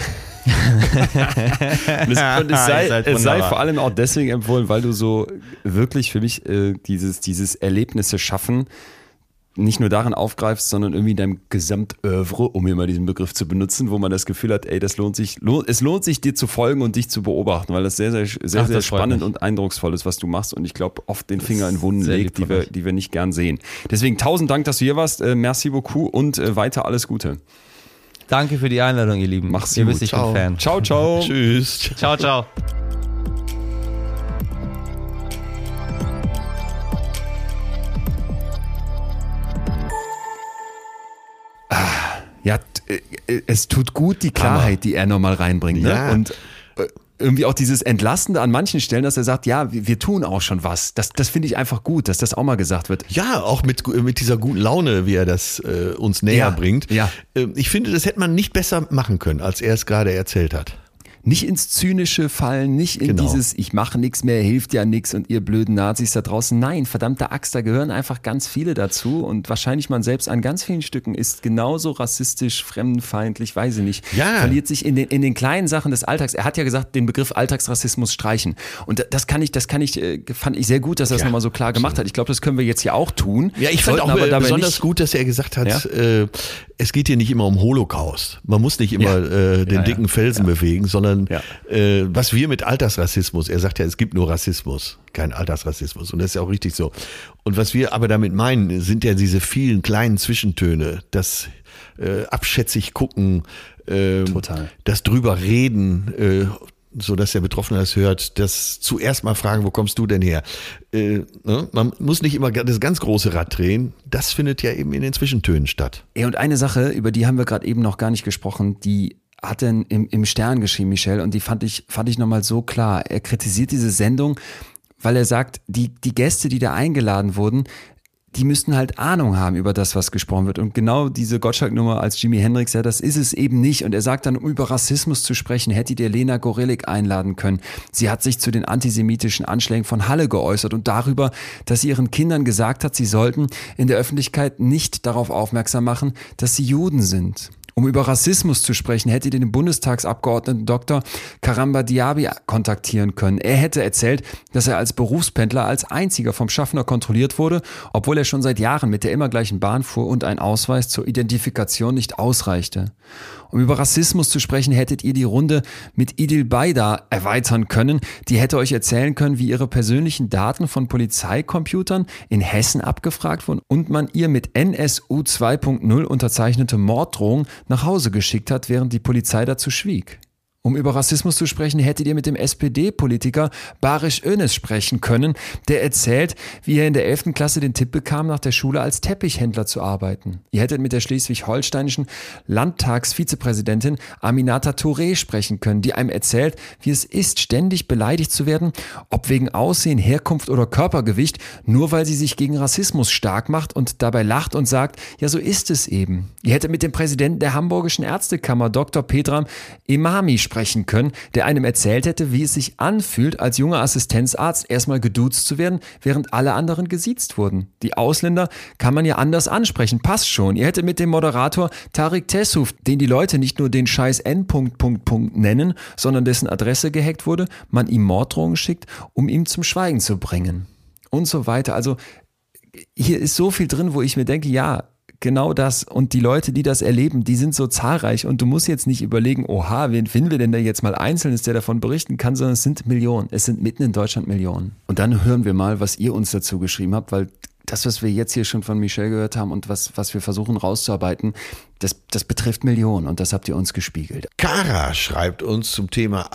und es, und es, sei, es sei vor allem auch deswegen empfohlen, weil du so wirklich für mich äh, dieses, dieses Erlebnisse schaffen nicht nur darin aufgreifst, sondern irgendwie in deinem Gesamtœuvre, um hier mal diesen Begriff zu benutzen, wo man das Gefühl hat, ey, das lohnt sich, lohnt, es lohnt sich, dir zu folgen und dich zu beobachten, weil das sehr, sehr, sehr, Ach, sehr das freut spannend mich. und eindrucksvoll ist, was du machst und ich glaube, oft den Finger in Wunden sehr lieb legt, die von wir, euch. die wir nicht gern sehen. Deswegen tausend Dank, dass du hier warst, äh, merci beaucoup und äh, weiter alles Gute. Danke für die Einladung, ihr Lieben. Mach's ihr gut. wisst, ich Ciao. bin Fan. Ciao, ciao. Tschüss. Ciao, ciao. Ja, t- äh, es tut gut, die Klarheit, die er nochmal reinbringt. Ne? Ja. Und äh, irgendwie auch dieses Entlastende an manchen Stellen, dass er sagt, ja, wir, wir tun auch schon was. Das, das finde ich einfach gut, dass das auch mal gesagt wird. Ja, auch mit, mit dieser guten Laune, wie er das äh, uns näher Ja, bringt. ja. Ähm, ich finde, das hätte man nicht besser machen können, als er es gerade erzählt hat. Nicht ins Zynische fallen, nicht in Genau. dieses, ich mache nichts mehr, hilft ja nichts und ihr blöden Nazis da draußen. Nein, verdammte Axt, da gehören einfach ganz viele dazu und wahrscheinlich man selbst an ganz vielen Stücken ist genauso rassistisch, fremdenfeindlich, weiß ich nicht. Ja. Verliert sich in den, in den kleinen Sachen des Alltags. Er hat ja gesagt, den Begriff Alltagsrassismus streichen. Und das kann ich, das kann ich, äh, fand ich sehr gut, dass er das Ja, nochmal so klar gemacht hat. Ich glaube, das können wir jetzt hier auch tun. Ja, ich fand Sollten auch aber äh, dabei besonders nicht, gut, dass er gesagt hat, Ja? äh, es geht hier nicht immer um Holocaust. Man muss nicht immer Ja. äh, den Ja, dicken ja. Felsen bewegen, sondern Ja. äh, was wir mit Alltagsrassismus, er sagt ja, es gibt nur Rassismus, kein Alltagsrassismus. Und das ist ja auch richtig so. Und was wir aber damit meinen, sind ja diese vielen kleinen Zwischentöne, das äh, abschätzig gucken, äh, Total. das drüber reden, äh, so dass der Betroffene das hört, das zuerst mal fragen, wo kommst du denn her? Äh, ne? Man muss nicht immer das ganz große Rad drehen, das findet ja eben in den Zwischentönen statt. Ja, und eine Sache, über die haben wir gerade eben noch gar nicht gesprochen, die hat er im, im Stern geschrieben, Michel, und die fand ich, fand ich nochmal so klar. Er kritisiert diese Sendung, weil er sagt, die, die Gäste, die da eingeladen wurden, die müssten halt Ahnung haben über das, was gesprochen wird. Und genau diese Gottschalk-Nummer als Jimi Hendrix, ja, das ist es eben nicht. Und er sagt dann, um über Rassismus zu sprechen, hättet ihr Lena Gorelik einladen können. Sie hat sich zu den antisemitischen Anschlägen von Halle geäußert und darüber, dass sie ihren Kindern gesagt hat, sie sollten in der Öffentlichkeit nicht darauf aufmerksam machen, dass sie Juden sind. Um über Rassismus zu sprechen, hättet ihr den Bundestagsabgeordneten Doktor Karamba Diaby kontaktieren können. Er hätte erzählt, dass er als Berufspendler als einziger vom Schaffner kontrolliert wurde, obwohl er schon seit Jahren mit der immer gleichen Bahn fuhr und ein Ausweis zur Identifikation nicht ausreichte. Um über Rassismus zu sprechen, hättet ihr die Runde mit Idil Baydar erweitern können. Die hätte euch erzählen können, wie ihre persönlichen Daten von Polizeicomputern in Hessen abgefragt wurden und man ihr mit N S U zwei Punkt null unterzeichnete Morddrohungen nach Hause geschickt hat, während die Polizei dazu schwieg. Um über Rassismus zu sprechen, hättet ihr mit dem S P D-Politiker Barisch Önes sprechen können, der erzählt, wie er in der elften Klasse den Tipp bekam, nach der Schule als Teppichhändler zu arbeiten. Ihr hättet mit der schleswig-holsteinischen Landtagsvizepräsidentin Aminata Touré sprechen können, die einem erzählt, wie es ist, ständig beleidigt zu werden, ob wegen Aussehen, Herkunft oder Körpergewicht, nur weil sie sich gegen Rassismus stark macht und dabei lacht und sagt, ja, so ist es eben. Ihr hättet mit dem Präsidenten der Hamburgischen Ärztekammer, Doktor Pedram Emami, sprechen können, der einem erzählt hätte, wie es sich anfühlt, als junger Assistenzarzt erstmal geduzt zu werden, während alle anderen gesiezt wurden. Die Ausländer kann man ja anders ansprechen, passt schon. Ihr hättet mit dem Moderator Tariq Tessouf, den die Leute nicht nur den scheiß N. Punkt, Punkt, Punkt nennen, sondern dessen Adresse gehackt wurde, man ihm Morddrohungen schickt, um ihn zum Schweigen zu bringen. Und so weiter. Also hier ist so viel drin, wo ich mir denke, ja, genau das. Und die Leute, die das erleben, die sind so zahlreich. Und du musst jetzt nicht überlegen, oha, wen finden wir denn da jetzt mal Einzelnes, der davon berichten kann, sondern es sind Millionen. Es sind mitten in Deutschland Millionen. Und dann hören wir mal, was ihr uns dazu geschrieben habt, weil das, was wir jetzt hier schon von Michel gehört haben und was, was wir versuchen rauszuarbeiten, das, das betrifft Millionen und das habt ihr uns gespiegelt. Kara schreibt uns zum Thema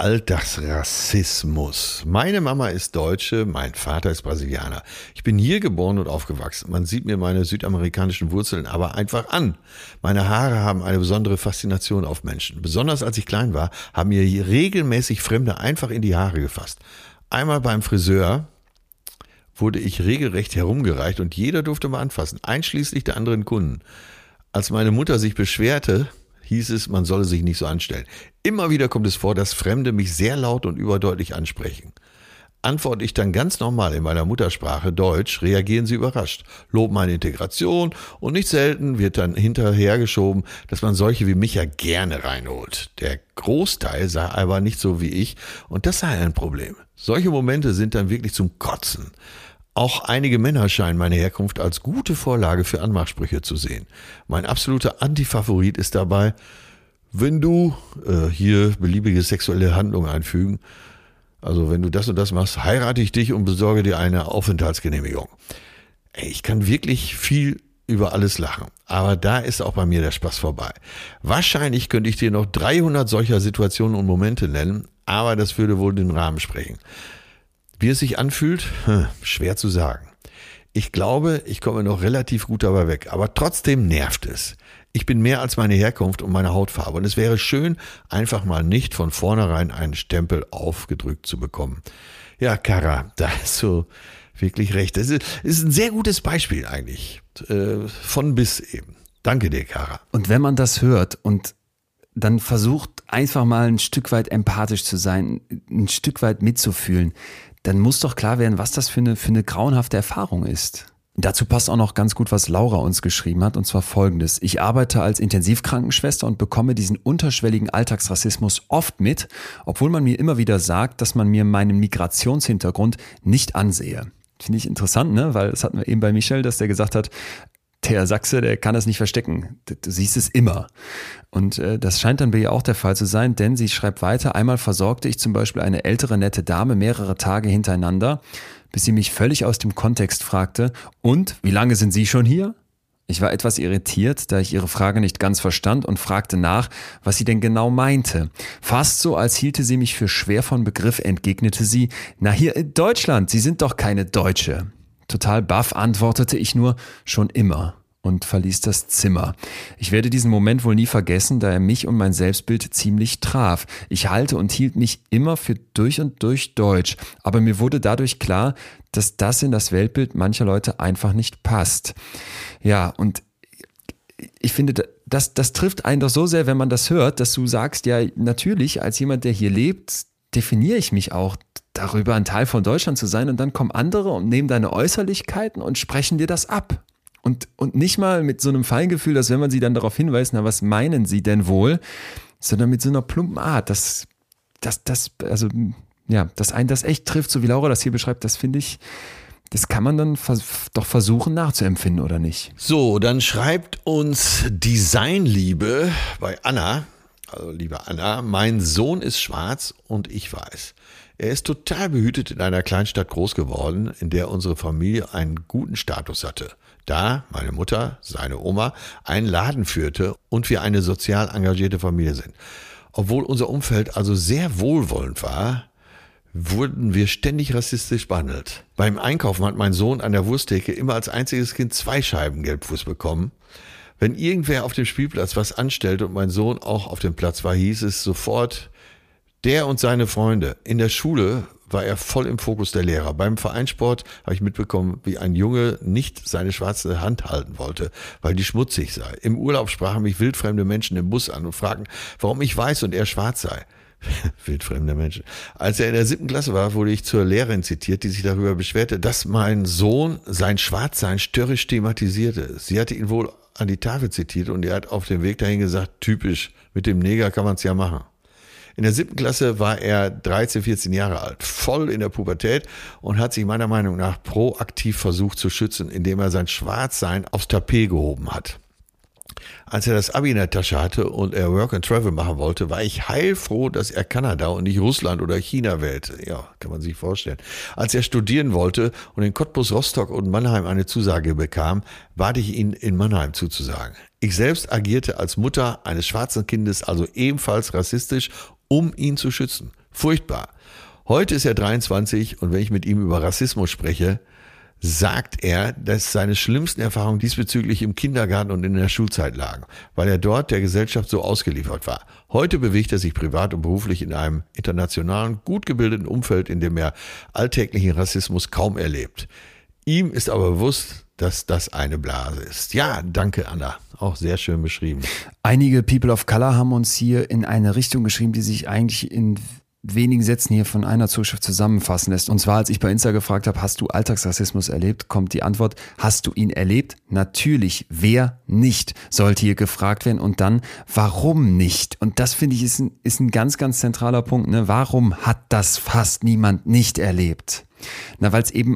Alltagsrassismus. Meine Mama ist Deutsche, mein Vater ist Brasilianer. Ich bin hier geboren und aufgewachsen. Man sieht mir meine südamerikanischen Wurzeln aber einfach an. Meine Haare haben eine besondere Faszination auf Menschen. Besonders als ich klein war, haben mir hier regelmäßig Fremde einfach in die Haare gefasst. Einmal beim Friseur wurde ich regelrecht herumgereicht und jeder durfte mal anfassen, einschließlich der anderen Kunden. Als meine Mutter sich beschwerte, hieß es, man solle sich nicht so anstellen. Immer wieder kommt es vor, dass Fremde mich sehr laut und überdeutlich ansprechen. Antworte ich dann ganz normal in meiner Muttersprache Deutsch, reagieren sie überrascht, loben meine Integration und nicht selten wird dann hinterhergeschoben, dass man solche wie mich ja gerne reinholt. Der Großteil sei aber nicht so wie ich und das sei ein Problem. Solche Momente sind dann wirklich zum Kotzen. Auch einige Männer scheinen meine Herkunft als gute Vorlage für Anmachsprüche zu sehen. Mein absoluter Antifavorit ist dabei: Wenn du äh, hier beliebige sexuelle Handlungen einfügen, also wenn du das und das machst, heirate ich dich und besorge dir eine Aufenthaltsgenehmigung. Ey, ich kann wirklich viel über alles lachen, aber da ist auch bei mir der Spaß vorbei. Wahrscheinlich könnte ich dir noch dreihundert solcher Situationen und Momente nennen, aber das würde wohl den Rahmen sprengen. Wie es sich anfühlt, hm, schwer zu sagen. Ich glaube, ich komme noch relativ gut dabei weg, aber trotzdem nervt es. Ich bin mehr als meine Herkunft und meine Hautfarbe und es wäre schön, einfach mal nicht von vornherein einen Stempel aufgedrückt zu bekommen. Ja, Kara, da hast du wirklich recht. Das ist, ist ein sehr gutes Beispiel eigentlich, äh, von bis eben. Danke dir, Kara. Und wenn man das hört und dann versucht einfach mal ein Stück weit empathisch zu sein, ein Stück weit mitzufühlen, dann muss doch klar werden, was das für eine, für eine grauenhafte Erfahrung ist. Dazu passt auch noch ganz gut, was Laura uns geschrieben hat, und zwar Folgendes. Ich arbeite als Intensivkrankenschwester und bekomme diesen unterschwelligen Alltagsrassismus oft mit, obwohl man mir immer wieder sagt, dass man mir meinen Migrationshintergrund nicht ansehe. Finde ich interessant, ne? Weil das hatten wir eben bei Michel, dass der gesagt hat, der Sachse, der kann das nicht verstecken. Du siehst es immer. Und äh, das scheint dann bei ihr auch der Fall zu sein, denn sie schreibt weiter: Einmal versorgte ich zum Beispiel eine ältere, nette Dame mehrere Tage hintereinander, bis sie mich völlig aus dem Kontext fragte: Und, wie lange sind Sie schon hier? Ich war etwas irritiert, da ich ihre Frage nicht ganz verstand und fragte nach, was sie denn genau meinte. Fast so, als hielte sie mich für schwer von Begriff, entgegnete sie: Na, hier in Deutschland, Sie sind doch keine Deutsche. Total baff antwortete ich nur: Schon immer, und verließ das Zimmer. Ich werde diesen Moment wohl nie vergessen, da er mich und mein Selbstbild ziemlich traf. Ich halte und hielt mich immer für durch und durch deutsch, aber mir wurde dadurch klar, dass das in das Weltbild mancher Leute einfach nicht passt. Ja, und ich finde, das, das trifft einen doch so sehr, wenn man das hört, dass du sagst, ja, natürlich, als jemand, der hier lebt, definiere ich mich auch darüber, ein Teil von Deutschland zu sein, und dann kommen andere und nehmen deine Äußerlichkeiten und sprechen dir das ab. Und, und nicht mal mit so einem Feingefühl, dass wenn man sie dann darauf hinweist, na, was meinen sie denn wohl, sondern mit so einer plumpen Art, dass, dass, dass, also, ja, dass einen das echt trifft, so wie Laura das hier beschreibt, das finde ich, das kann man dann vers- doch versuchen nachzuempfinden, oder nicht? So, dann schreibt uns Designliebe bei Anna. Also, liebe Anna, mein Sohn ist schwarz und ich weiß. Er ist total behütet in einer Kleinstadt groß geworden, in der unsere Familie einen guten Status hatte. Da meine Mutter, seine Oma, einen Laden führte und wir eine sozial engagierte Familie sind. Obwohl unser Umfeld also sehr wohlwollend war, wurden wir ständig rassistisch behandelt. Beim Einkaufen hat mein Sohn an der Wursttheke immer als einziges Kind zwei Scheiben Gelbwurst bekommen. Wenn irgendwer auf dem Spielplatz was anstellte und mein Sohn auch auf dem Platz war, hieß es sofort: Der und seine Freunde. In der Schule war er voll im Fokus der Lehrer. Beim Vereinssport habe ich mitbekommen, wie ein Junge nicht seine schwarze Hand halten wollte, weil die schmutzig sei. Im Urlaub sprachen mich wildfremde Menschen im Bus an und fragten, warum ich weiß und er schwarz sei. Wildfremde Menschen. Als er in der siebten Klasse war, wurde ich zur Lehrerin zitiert, die sich darüber beschwerte, dass mein Sohn sein Schwarzsein störrisch thematisierte. Sie hatte ihn wohl an die Tafel zitiert und er hat auf dem Weg dahin gesagt, typisch, mit dem Neger kann man es ja machen. In der siebten Klasse war er dreizehn, vierzehn Jahre alt, voll in der Pubertät und hat sich meiner Meinung nach proaktiv versucht zu schützen, indem er sein Schwarzsein aufs Tapet gehoben hat. Als er das Abi in der Tasche hatte und er Work and Travel machen wollte, war ich heilfroh, dass er Kanada und nicht Russland oder China wählte. Ja, kann man sich vorstellen. Als er studieren wollte und in Cottbus, Rostock und Mannheim eine Zusage bekam, bat ich ihn, in Mannheim zuzusagen. Ich selbst agierte als Mutter eines schwarzen Kindes also ebenfalls rassistisch, um ihn zu schützen. Furchtbar. Heute ist er dreiundzwanzig und wenn ich mit ihm über Rassismus spreche, sagt er, dass seine schlimmsten Erfahrungen diesbezüglich im Kindergarten und in der Schulzeit lagen, weil er dort der Gesellschaft so ausgeliefert war. Heute bewegt er sich privat und beruflich in einem internationalen, gut gebildeten Umfeld, in dem er alltäglichen Rassismus kaum erlebt. Ihm ist aber bewusst, dass das eine Blase ist. Ja, danke Anna, auch sehr schön beschrieben. Einige People of Color haben uns hier in eine Richtung geschrieben, die sich eigentlich in wenigen Sätzen hier von einer Zuschrift zusammenfassen lässt. Und zwar, als ich bei Insta gefragt habe, hast du Alltagsrassismus erlebt, kommt die Antwort, hast du ihn erlebt? Natürlich, wer nicht, sollte hier gefragt werden. Und dann, warum nicht? Und das, finde ich, ist ein, ist ein ganz, ganz zentraler Punkt. Ne? Warum hat das fast niemand nicht erlebt? Na, weil es eben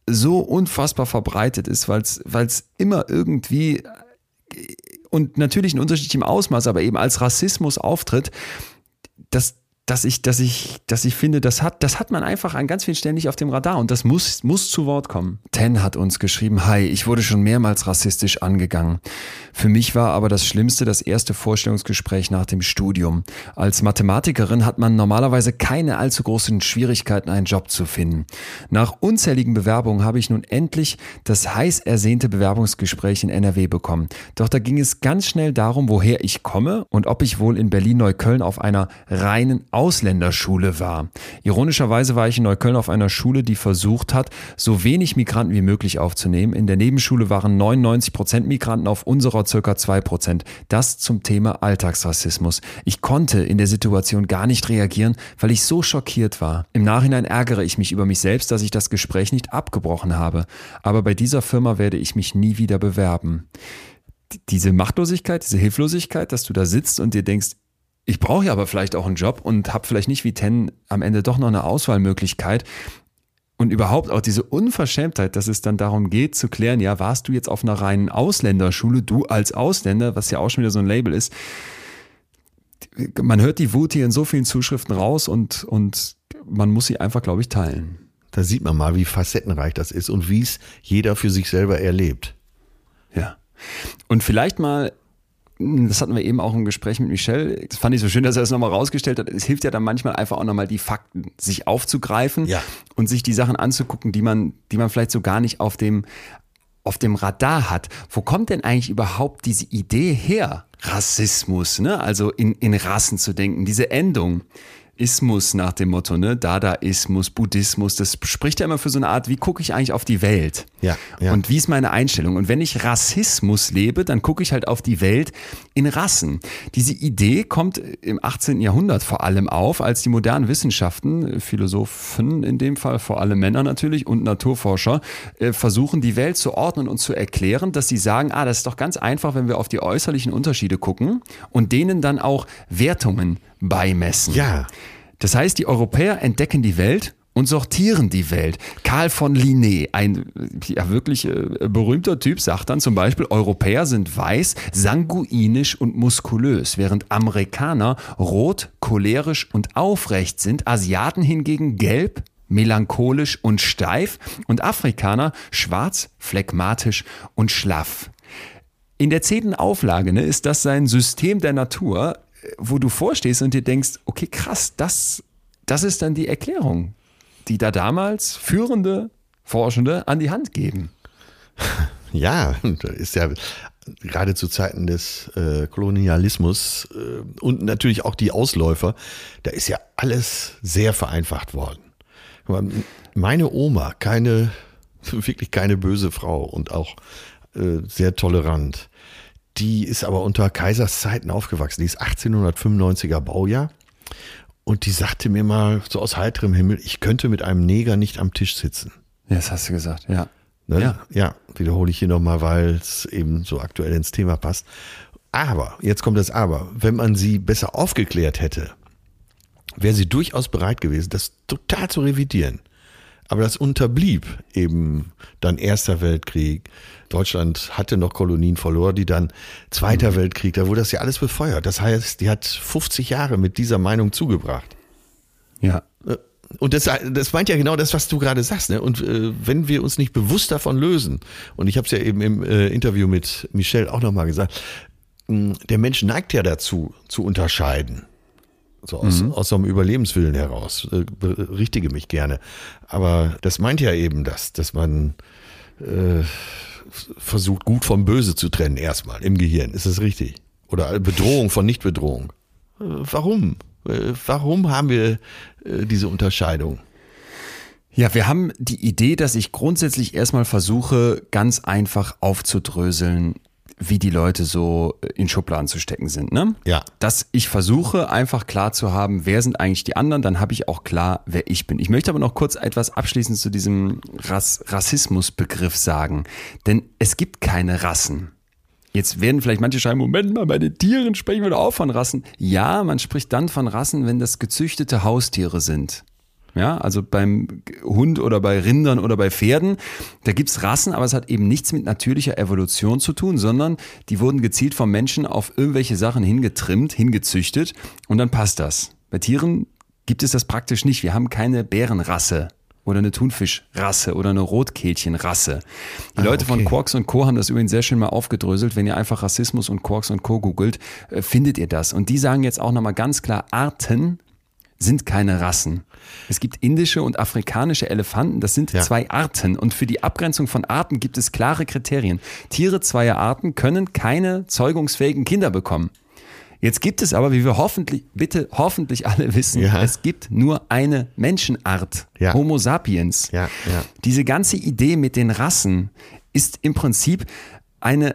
so unfassbar verbreitet ist, weil es immer irgendwie und natürlich in unterschiedlichem Ausmaß, aber eben als Rassismus auftritt, dass dass ich, dass ich, dass ich finde, das hat, das hat man einfach an ganz vielen Stellen nicht auf dem Radar und das muss, muss zu Wort kommen. Ten hat uns geschrieben, hi, ich wurde schon mehrmals rassistisch angegangen. Für mich war aber das Schlimmste das erste Vorstellungsgespräch nach dem Studium. Als Mathematikerin hat man normalerweise keine allzu großen Schwierigkeiten, einen Job zu finden. Nach unzähligen Bewerbungen habe ich nun endlich das heiß ersehnte Bewerbungsgespräch in N R W bekommen. Doch da ging es ganz schnell darum, woher ich komme und ob ich wohl in Berlin-Neukölln auf einer reinen Ausländerschule war. Ironischerweise war ich in Neukölln auf einer Schule, die versucht hat, so wenig Migranten wie möglich aufzunehmen. In der Nebenschule waren neunundneunzig Prozent Migranten, auf unserer circa zwei Prozent. Das zum Thema Alltagsrassismus. Ich konnte in der Situation gar nicht reagieren, weil ich so schockiert war. Im Nachhinein ärgere ich mich über mich selbst, dass ich das Gespräch nicht abgebrochen habe. Aber bei dieser Firma werde ich mich nie wieder bewerben. Diese Machtlosigkeit, diese Hilflosigkeit, dass du da sitzt und dir denkst, ich brauche ja aber vielleicht auch einen Job und habe vielleicht nicht wie Ten am Ende doch noch eine Auswahlmöglichkeit. Und überhaupt auch diese Unverschämtheit, dass es dann darum geht zu klären, ja, warst du jetzt auf einer reinen Ausländerschule, du als Ausländer, was ja auch schon wieder so ein Label ist. Man hört die Wut hier in so vielen Zuschriften raus und, und man muss sie einfach, glaube ich, teilen. Da sieht man mal, wie facettenreich das ist und wie es jeder für sich selber erlebt. Ja. Und vielleicht mal, das hatten wir eben auch im Gespräch mit Michel, das fand ich so schön, dass er das nochmal rausgestellt hat, es hilft ja dann manchmal einfach auch nochmal die Fakten, sich aufzugreifen ja. und sich die Sachen anzugucken, die man, die man vielleicht so gar nicht auf dem, auf dem Radar hat. Wo kommt denn eigentlich überhaupt diese Idee her? Rassismus, ne? Also in, in Rassen zu denken, diese Endung. Ismus nach dem Motto, ne? Dadaismus, Buddhismus, das spricht ja immer für so eine Art, wie gucke ich eigentlich auf die Welt? Ja, ja. Und wie ist meine Einstellung? Und wenn ich Rassismus lebe, dann gucke ich halt auf die Welt in Rassen. Diese Idee kommt im achtzehnten Jahrhundert vor allem auf, als die modernen Wissenschaften, Philosophen in dem Fall, vor allem Männer natürlich und Naturforscher, versuchen die Welt zu ordnen und zu erklären, dass sie sagen, ah, das ist doch ganz einfach, wenn wir auf die äußerlichen Unterschiede gucken und denen dann auch Wertungen beimessen. Ja. Das heißt, die Europäer entdecken die Welt und sortieren die Welt. Karl von Linné, ein ja wirklich äh, berühmter Typ, sagt dann zum Beispiel, Europäer sind weiß, sanguinisch und muskulös, während Amerikaner rot, cholerisch und aufrecht sind, Asiaten hingegen gelb, melancholisch und steif und Afrikaner schwarz, phlegmatisch und schlaff. In der zehnten Auflage ne, ist das sein System der Natur, wo du vorstehst und dir denkst, okay, krass, das, das ist dann die Erklärung, die da damals führende Forschende an die Hand geben. Ja, da ist ja gerade zu Zeiten des äh, Kolonialismus äh, und natürlich auch die Ausläufer, da ist ja alles sehr vereinfacht worden. Meine Oma, keine, wirklich keine böse Frau und auch äh, sehr tolerant. Die ist aber unter Kaisers Zeiten aufgewachsen. Die ist achtzehnhundertfünfundneunziger Baujahr. Und die sagte mir mal so aus heiterem Himmel, ich könnte mit einem Neger nicht am Tisch sitzen. Ja, das hast du gesagt, ja. Ne? Ja. Ja, wiederhole ich hier nochmal, weil es eben so aktuell ins Thema passt. Aber, jetzt kommt das Aber, wenn man sie besser aufgeklärt hätte, wäre sie durchaus bereit gewesen, das total zu revidieren. Aber das unterblieb eben dann Erster Weltkrieg. Deutschland hatte noch Kolonien verloren, die dann Zweiter mhm. Weltkrieg, da wurde das ja alles befeuert. Das heißt, die hat fünfzig Jahre mit dieser Meinung zugebracht. Ja. Und das, das meint ja genau das, was du gerade sagst. Ne? Und äh, wenn wir uns nicht bewusst davon lösen, und ich habe es ja eben im äh, Interview mit Michel auch nochmal gesagt, mh, der Mensch neigt ja dazu, zu unterscheiden. So aus, mhm. aus so einem Überlebenswillen heraus. Äh, berichtige mich gerne. Aber das meint ja eben das, dass man äh, versucht, Gut vom Böse zu trennen erstmal im Gehirn. Ist das richtig? Oder Bedrohung von Nichtbedrohung. Äh, warum? Äh, warum haben wir äh, diese Unterscheidung? Ja, wir haben die Idee, dass ich grundsätzlich erstmal versuche, ganz einfach aufzudröseln, wie die Leute so in Schubladen zu stecken sind, ne? Ja. Dass ich versuche, einfach klar zu haben, wer sind eigentlich die anderen, dann habe ich auch klar, wer ich bin. Ich möchte aber noch kurz etwas abschließend zu diesem Rass- Rassismusbegriff sagen, denn es gibt keine Rassen. Jetzt werden vielleicht manche schreiben, Moment mal, bei den Tieren sprechen wir doch auch von Rassen. Ja, man spricht dann von Rassen, wenn das gezüchtete Haustiere sind. Ja, also beim Hund oder bei Rindern oder bei Pferden, da gibt's Rassen, aber es hat eben nichts mit natürlicher Evolution zu tun, sondern die wurden gezielt vom Menschen auf irgendwelche Sachen hingetrimmt, hingezüchtet und dann passt das. Bei Tieren gibt es das praktisch nicht. Wir haben keine Bärenrasse oder eine Thunfischrasse oder eine Rotkehlchenrasse. Die ah, Leute okay. von Quarks und Co. haben das übrigens sehr schön mal aufgedröselt. Wenn ihr einfach Rassismus und Quarks und Co. googelt, findet ihr das. Und die sagen jetzt auch nochmal ganz klar, Arten sind keine Rassen. Es gibt indische und afrikanische Elefanten, das sind ja. zwei Arten. Und für die Abgrenzung von Arten gibt es klare Kriterien. Tiere zweier Arten können keine zeugungsfähigen Kinder bekommen. Jetzt gibt es aber, wie wir hoffentlich, bitte hoffentlich alle wissen, ja. es gibt nur eine Menschenart, ja. Homo sapiens. Ja, ja. Diese ganze Idee mit den Rassen ist im Prinzip eine,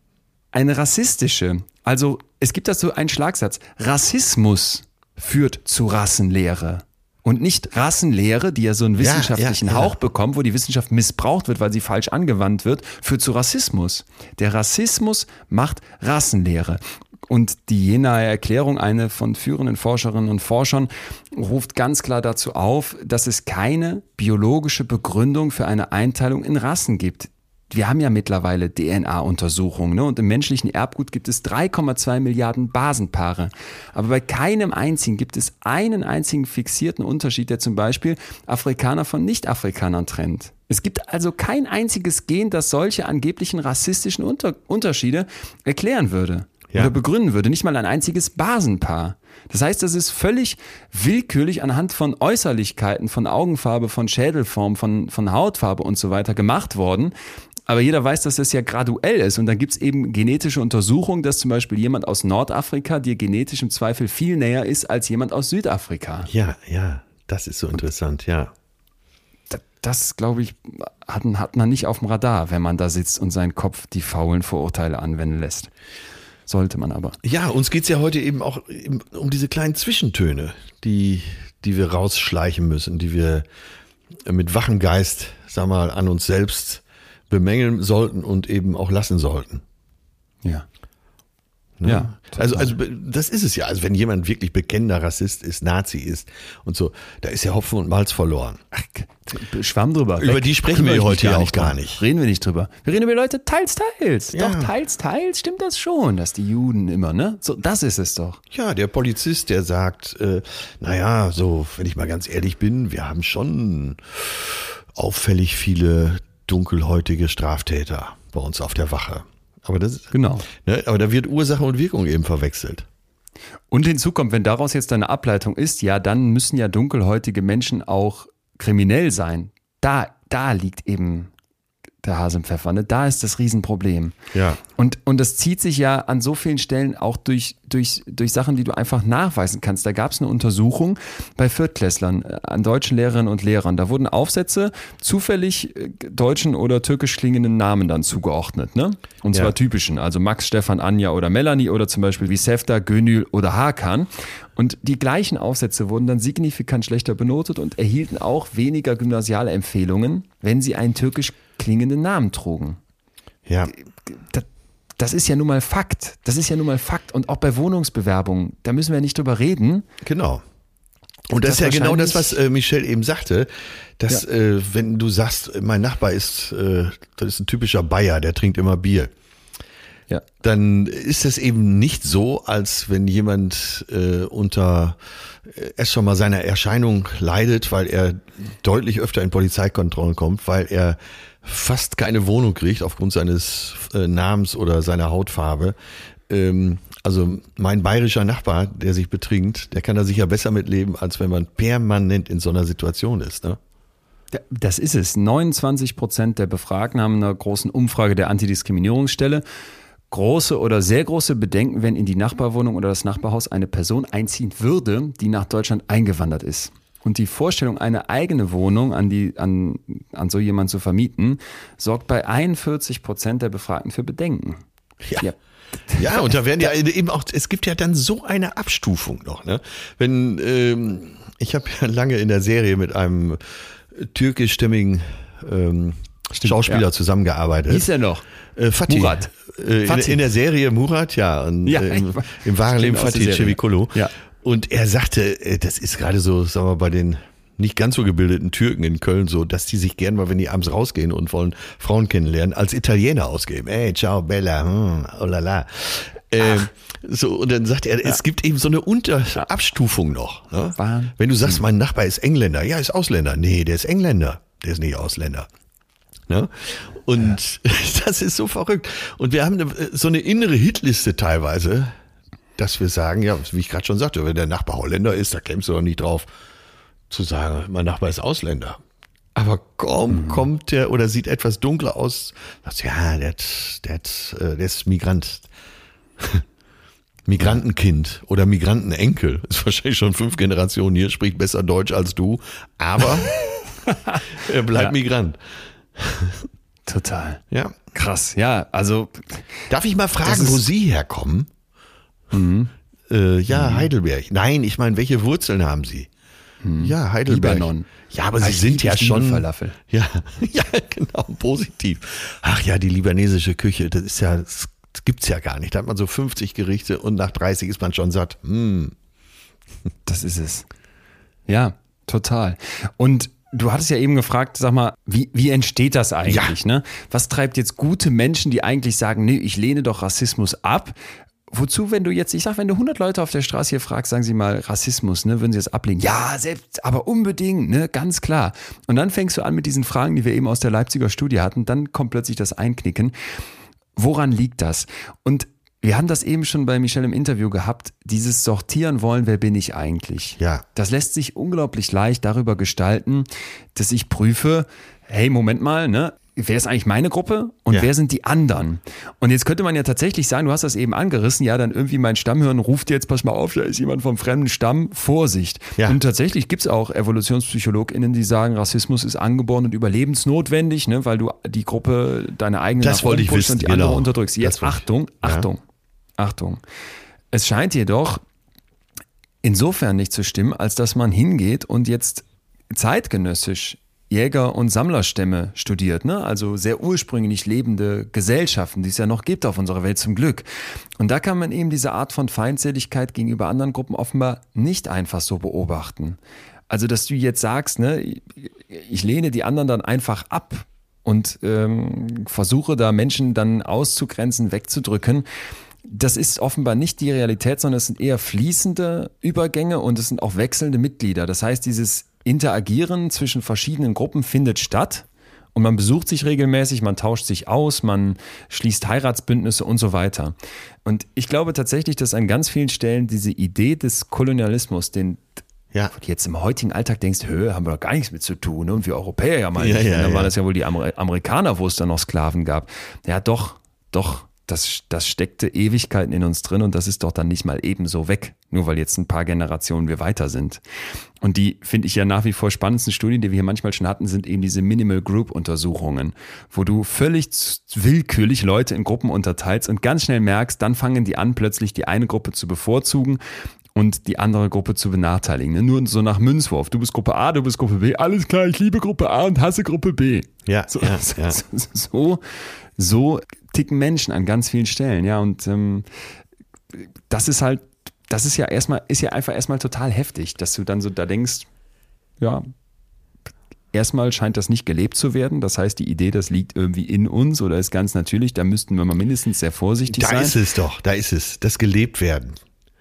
eine rassistische. Also es gibt dazu einen Schlagsatz. Rassismus führt zu Rassenlehre. Und nicht Rassenlehre, die ja so einen wissenschaftlichen ja, ja, Hauch ja. bekommt, wo die Wissenschaft missbraucht wird, weil sie falsch angewandt wird, führt zu Rassismus. Der Rassismus macht Rassenlehre. Und die Jenaer Erklärung, eine von führenden Forscherinnen und Forschern, ruft ganz klar dazu auf, dass es keine biologische Begründung für eine Einteilung in Rassen gibt. Wir haben ja mittlerweile D N A-Untersuchungen, ne? Und im menschlichen Erbgut gibt es drei Komma zwei Milliarden Basenpaare. Aber bei keinem einzigen gibt es einen einzigen fixierten Unterschied, der zum Beispiel Afrikaner von Nicht-Afrikanern trennt. Es gibt also kein einziges Gen, das solche angeblichen rassistischen Unter- Unterschiede erklären würde. Ja. Oder begründen würde, nicht mal ein einziges Basenpaar. Das heißt, das ist völlig willkürlich anhand von Äußerlichkeiten, von Augenfarbe, von Schädelform, von, von Hautfarbe und so weiter gemacht worden. Aber jeder weiß, dass das ja graduell ist. Und dann gibt es eben genetische Untersuchungen, dass zum Beispiel jemand aus Nordafrika dir genetisch im Zweifel viel näher ist als jemand aus Südafrika. Ja, ja, das ist so interessant, ja. Das, das glaube ich, hat, hat man nicht auf dem Radar, wenn man da sitzt und seinen Kopf die faulen Vorurteile anwenden lässt. Sollte man aber. Ja, uns geht's ja heute eben auch um diese kleinen Zwischentöne, die, die wir rausschleichen müssen, die wir mit wachem Geist, sag mal, an uns selbst bemängeln sollten und eben auch lassen sollten. Ja. Ne? Ja. Also, also das ist es ja. Also wenn jemand wirklich bekennender Rassist ist, Nazi ist und so, da ist ja Hopfen und Malz verloren. Ach, Schwamm drüber. Über die sprechen wir heute ja auch gar nicht. Reden wir nicht drüber. Wir reden über die Leute teils, teils. Ja. Doch, teils, teils stimmt das schon, dass die Juden immer, ne? So, das ist es doch. Ja, der Polizist, der sagt, äh, naja, so, wenn ich mal ganz ehrlich bin, wir haben schon auffällig viele dunkelhäutige Straftäter bei uns auf der Wache. Aber das, genau. Ne, aber da wird Ursache und Wirkung eben verwechselt. Und hinzu kommt, wenn daraus jetzt eine Ableitung ist, ja, dann müssen ja dunkelhäutige Menschen auch kriminell sein. Da, da liegt eben der Hase im Pfeffer, ne? Da ist das Riesenproblem. Ja. Und, und das zieht sich ja an so vielen Stellen auch durch, durch, durch Sachen, die du einfach nachweisen kannst. Da gab es eine Untersuchung bei Viertklässlern, an deutschen Lehrerinnen und Lehrern. Da wurden Aufsätze zufällig deutschen oder türkisch klingenden Namen dann zugeordnet, ne? Und zwar ja. typischen, also Max, Stefan, Anja oder Melanie oder zum Beispiel wie Sevda, Gönül oder Hakan. Und die gleichen Aufsätze wurden dann signifikant schlechter benotet und erhielten auch weniger gymnasiale Empfehlungen, wenn sie einen türkisch klingenden Namen trugen. Ja. Das, das ist ja nun mal Fakt. Das ist ja nun mal Fakt. Und auch bei Wohnungsbewerbungen, da müssen wir nicht drüber reden. Genau. Und das, das ist ja genau das, was äh, Michelle eben sagte, dass ja. äh, wenn du sagst, mein Nachbar ist, äh, das ist ein typischer Bayer, der trinkt immer Bier. Ja. Dann ist es eben nicht so, als wenn jemand äh, unter äh, erst schon mal seiner Erscheinung leidet, weil er deutlich öfter in Polizeikontrollen kommt, weil er fast keine Wohnung kriegt aufgrund seines äh, Namens oder seiner Hautfarbe. Ähm, also mein bayerischer Nachbar, der sich betrinkt, der kann da sicher besser mitleben, als wenn man permanent in so einer Situation ist, ne? Das ist es. neunundzwanzig Prozent der Befragten haben in einer großen Umfrage der Antidiskriminierungsstelle große oder sehr große Bedenken, wenn in die Nachbarwohnung oder das Nachbarhaus eine Person einziehen würde, die nach Deutschland eingewandert ist. Und die Vorstellung, eine eigene Wohnung an, die, an, an so jemanden zu vermieten, sorgt bei einundvierzig Prozent der Befragten für Bedenken. Ja. ja. Ja, und da werden ja eben auch, es gibt ja dann so eine Abstufung noch, ne? Wenn, ähm, ich habe ja lange in der Serie mit einem türkischstämmigen ähm, Stimmt, Schauspieler ja. zusammengearbeitet. Wie hieß er noch? Äh, Fatih. Murat. Äh, in, in der Serie Murat, ja. Und, ja äh, im, im wahren Leben Fatih Cevicolo. Ja. Und er sagte, das ist gerade so, sagen wir mal, bei den nicht ganz so gebildeten Türken in Köln so, dass die sich gern mal, wenn die abends rausgehen und wollen Frauen kennenlernen, als Italiener ausgeben. Ey, ciao, Bella, hm, oh la la. Ähm, so, und dann sagt er, es gibt eben so eine Unterabstufung noch. Ne? Wenn du sagst, mein Nachbar ist Engländer, ja, ist Ausländer. Nee, der ist Engländer, der ist nicht Ausländer. Ne? Und ja. Das ist so verrückt. Und wir haben so eine innere Hitliste teilweise, dass wir sagen, ja, wie ich gerade schon sagte, wenn der Nachbar Holländer ist, da kämst du doch nicht drauf, zu sagen, mein Nachbar ist Ausländer. Aber kaum mhm. kommt der oder sieht etwas dunkler aus, sagst du, ja, der, hat, der, hat, der ist Migrant. Migrantenkind oder Migrantenenkel. Ist wahrscheinlich schon fünf Generationen hier, spricht besser Deutsch als du, aber er bleibt ja. Migrant. Total. Ja. Krass, ja, also. Darf ich mal fragen, wo Sie herkommen? Mhm. Äh, ja, mhm. Heidelberg. Nein, ich meine, welche Wurzeln haben Sie? Mhm. Ja, Heidelberg. Libanon. Ja, aber Sie sind ja schon. Falafel. Ja, ja, genau, positiv. Ach ja, die libanesische Küche, das ist ja, das gibt's ja gar nicht. Da hat man so fünfzig Gerichte und nach dreißig ist man schon satt. Hm. Das ist es. Ja, total. Und du hattest ja eben gefragt, sag mal, wie, wie entsteht das eigentlich? Ja. Ne? Was treibt jetzt gute Menschen, die eigentlich sagen, nee, ich lehne doch Rassismus ab? Wozu, wenn du jetzt, ich sag, wenn du hundert Leute auf der Straße hier fragst, sagen sie mal Rassismus, ne, würden sie das ablehnen? Ja, selbst, aber unbedingt, ne, ganz klar. Und dann fängst du an mit diesen Fragen, die wir eben aus der Leipziger Studie hatten, dann kommt plötzlich das Einknicken. Woran liegt das? Und wir haben das eben schon bei Michelle im Interview gehabt, dieses Sortieren wollen, wer bin ich eigentlich? Ja. Das lässt sich unglaublich leicht darüber gestalten, dass ich prüfe, hey, Moment mal, ne? Wer ist eigentlich meine Gruppe und ja. wer sind die anderen? Und jetzt könnte man ja tatsächlich sagen, du hast das eben angerissen, ja, dann irgendwie mein Stammhirn ruft jetzt, pass mal auf, da ist jemand vom fremden Stamm, Vorsicht. Ja. Und tatsächlich gibt es auch EvolutionspsychologInnen, die sagen, Rassismus ist angeboren und überlebensnotwendig, ne, weil du die Gruppe, deine eigene das wollte ich wissen, und die genau. andere unterdrückst. Jetzt Achtung, Achtung, ja. Achtung. Es scheint jedoch insofern nicht zu stimmen, als dass man hingeht und jetzt zeitgenössisch Jäger- und Sammlerstämme studiert, ne? Also sehr ursprünglich lebende Gesellschaften, die es ja noch gibt auf unserer Welt zum Glück. Und da kann man eben diese Art von Feindseligkeit gegenüber anderen Gruppen offenbar nicht einfach so beobachten. Also dass du jetzt sagst, ne, ich lehne die anderen dann einfach ab und ähm, versuche da Menschen dann auszugrenzen, wegzudrücken. Das ist offenbar nicht die Realität, sondern es sind eher fließende Übergänge und es sind auch wechselnde Mitglieder. Das heißt, dieses Interagieren zwischen verschiedenen Gruppen findet statt und man besucht sich regelmäßig, man tauscht sich aus, man schließt Heiratsbündnisse und so weiter. Und ich glaube tatsächlich, dass an ganz vielen Stellen diese Idee des Kolonialismus, den ja. du jetzt im heutigen Alltag denkst, hö, haben wir doch gar nichts mit zu tun, ne? Und wir Europäer ja mal ja, nicht. Ja, dann ja. waren das ja wohl die Amer- Amerikaner, wo es dann noch Sklaven gab. Ja, doch, doch. Das, das steckte Ewigkeiten in uns drin und das ist doch dann nicht mal ebenso weg, nur weil jetzt ein paar Generationen wir weiter sind. Und die finde ich ja nach wie vor spannendsten Studien, die wir hier manchmal schon hatten, sind eben diese Minimal Group Untersuchungen, wo du völlig willkürlich Leute in Gruppen unterteilst und ganz schnell merkst, dann fangen die an, plötzlich die eine Gruppe zu bevorzugen und die andere Gruppe zu benachteiligen. Nur so nach Münzwurf. Du bist Gruppe A, du bist Gruppe B. Alles klar, ich liebe Gruppe A und hasse Gruppe B. Ja, so, ja, ja. so, so, so ticken Menschen an ganz vielen Stellen. Ja, und ähm, das ist halt, das ist ja erstmal, ist ja einfach erstmal total heftig, dass du dann so da denkst, ja, erstmal scheint das nicht gelebt zu werden. Das heißt, die Idee, das liegt irgendwie in uns oder ist ganz natürlich, da müssten wir mal mindestens sehr vorsichtig da sein. Da ist es doch, da ist es, das gelebt werden.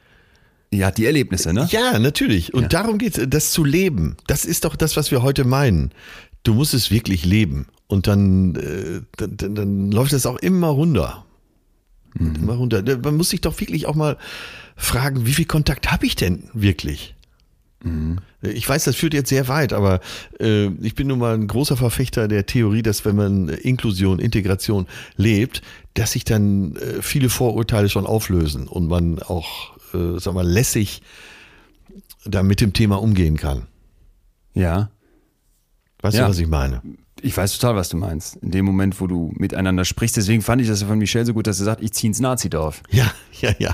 Ja, die Erlebnisse, ne? Ja, natürlich. Und ja. darum geht es, das zu leben. Das ist doch das, was wir heute meinen. Du musst es wirklich leben. Und dann, äh, dann, dann läuft das auch immer runter. Mhm. Immer runter. Man muss sich doch wirklich auch mal fragen, wie viel Kontakt habe ich denn wirklich? Mhm. Ich weiß, das führt jetzt sehr weit, aber äh, ich bin nun mal ein großer Verfechter der Theorie, dass wenn man Inklusion, Integration lebt, dass sich dann äh, viele Vorurteile schon auflösen und man auch, äh, sag mal, lässig da mit dem Thema umgehen kann. Ja. Weißt ja. du, was ich meine? Ich weiß total, was du meinst. In dem Moment, wo du miteinander sprichst. Deswegen fand ich das von Michelle so gut, dass sie sagt, ich ziehe ins Nazidorf. Ja, ja, ja.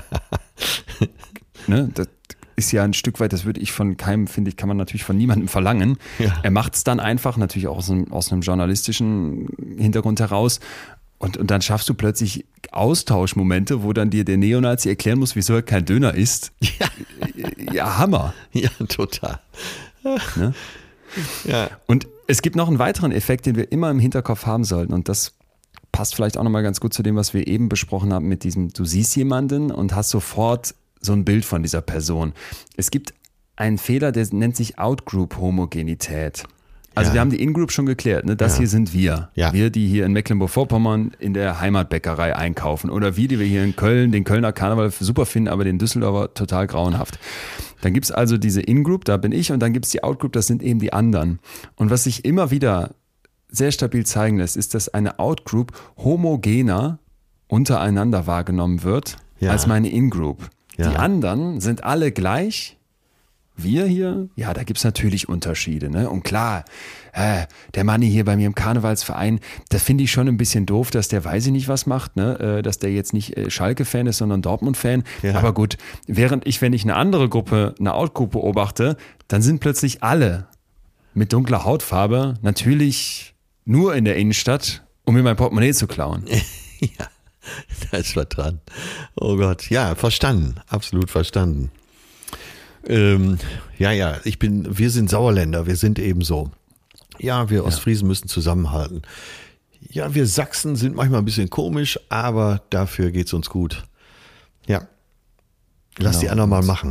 Ne? Das ist ja ein Stück weit, das würde ich von keinem, finde ich, kann man natürlich von niemandem verlangen. Ja. Er macht es dann einfach, natürlich auch aus einem, aus einem journalistischen Hintergrund heraus. Und, und dann schaffst du plötzlich Austauschmomente, wo dann dir der Neonazi erklären muss, wieso er kein Döner isst. Ja, ja Hammer. Ja, total. Ne? Ja. Und es gibt noch einen weiteren Effekt, den wir immer im Hinterkopf haben sollten. Und das passt vielleicht auch nochmal ganz gut zu dem, was wir eben besprochen haben mit diesem, du siehst jemanden und hast sofort so ein Bild von dieser Person. Es gibt einen Fehler, der nennt sich Outgroup-Homogenität. Also Ja. wir haben die In-Group schon geklärt, ne? Das Ja. hier sind wir. Ja. Wir, die hier in Mecklenburg-Vorpommern in der Heimatbäckerei einkaufen. Oder wir, die wir hier in Köln den Kölner Karneval super finden, aber den Düsseldorfer total grauenhaft. Dann gibt's also diese In-Group, da bin ich, und dann gibt's die Out-Group, das sind eben die anderen. Und was sich immer wieder sehr stabil zeigen lässt, ist, dass eine Out-Group homogener untereinander wahrgenommen wird Ja. als meine In-Group. Ja. Die anderen sind alle gleich. Wir hier, ja, da gibt's natürlich Unterschiede, ne? Und klar, äh, der Manni hier bei mir im Karnevalsverein, das finde ich schon ein bisschen doof, dass der weiß ich nicht was macht, ne? Äh, dass der jetzt nicht äh, Schalke-Fan ist, sondern Dortmund-Fan. Ja. Aber gut, während ich, wenn ich eine andere Gruppe, eine Out-Group beobachte, dann sind plötzlich alle mit dunkler Hautfarbe natürlich nur in der Innenstadt, um mir mein Portemonnaie zu klauen. Ja, da ist was dran. Oh Gott, ja, verstanden, absolut verstanden. Ähm, ja, ja, ich bin, wir sind Sauerländer, wir sind eben so. Ja, wir Ostfriesen müssen zusammenhalten. Ja, wir Sachsen sind manchmal ein bisschen komisch, aber dafür geht's uns gut. Ja, lass Genau. die anderen mal machen.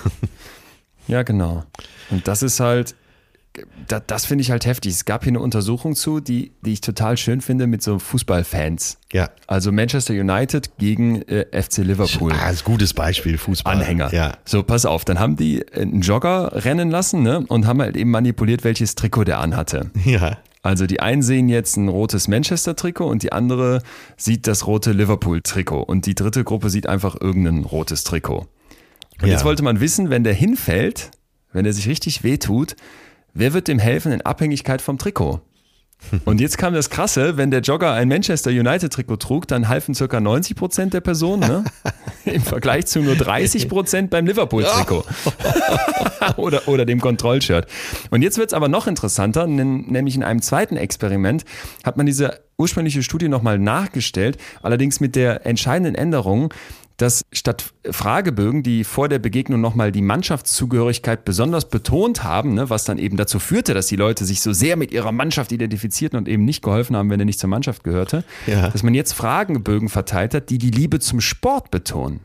Ja, genau. Und das ist halt, da, das finde ich halt heftig. Es gab hier eine Untersuchung zu, die, die ich total schön finde mit so Fußballfans. Ja. Also Manchester United gegen äh, F C Liverpool. Ah, ist ein gutes Beispiel, Fußball. Anhänger. Ja. So, pass auf, dann haben die einen Jogger rennen lassen, ne, und haben halt eben manipuliert, welches Trikot der anhatte. Ja. Also die einen sehen jetzt ein rotes Manchester-Trikot und die andere sieht das rote Liverpool-Trikot und die dritte Gruppe sieht einfach irgendein rotes Trikot. Und Ja. jetzt wollte man wissen, wenn der hinfällt, wenn er sich richtig wehtut, wer wird dem helfen in Abhängigkeit vom Trikot? Und jetzt kam das Krasse, wenn der Jogger ein Manchester United-Trikot trug, dann halfen circa neunzig Prozent der Personen, ne? Im Vergleich zu nur dreißig Prozent beim Liverpool-Trikot. oder, oder dem Kontrollshirt. Und jetzt wird's aber noch interessanter, nen- nämlich in einem zweiten Experiment hat man diese ursprüngliche Studie nochmal nachgestellt, allerdings mit der entscheidenden Änderung, dass statt Fragebögen, die vor der Begegnung nochmal die Mannschaftszugehörigkeit besonders betont haben, ne, was dann eben dazu führte, dass die Leute sich so sehr mit ihrer Mannschaft identifizierten und eben nicht geholfen haben, wenn er nicht zur Mannschaft gehörte, Ja. dass man jetzt Fragebögen verteilt hat, die die Liebe zum Sport betonen.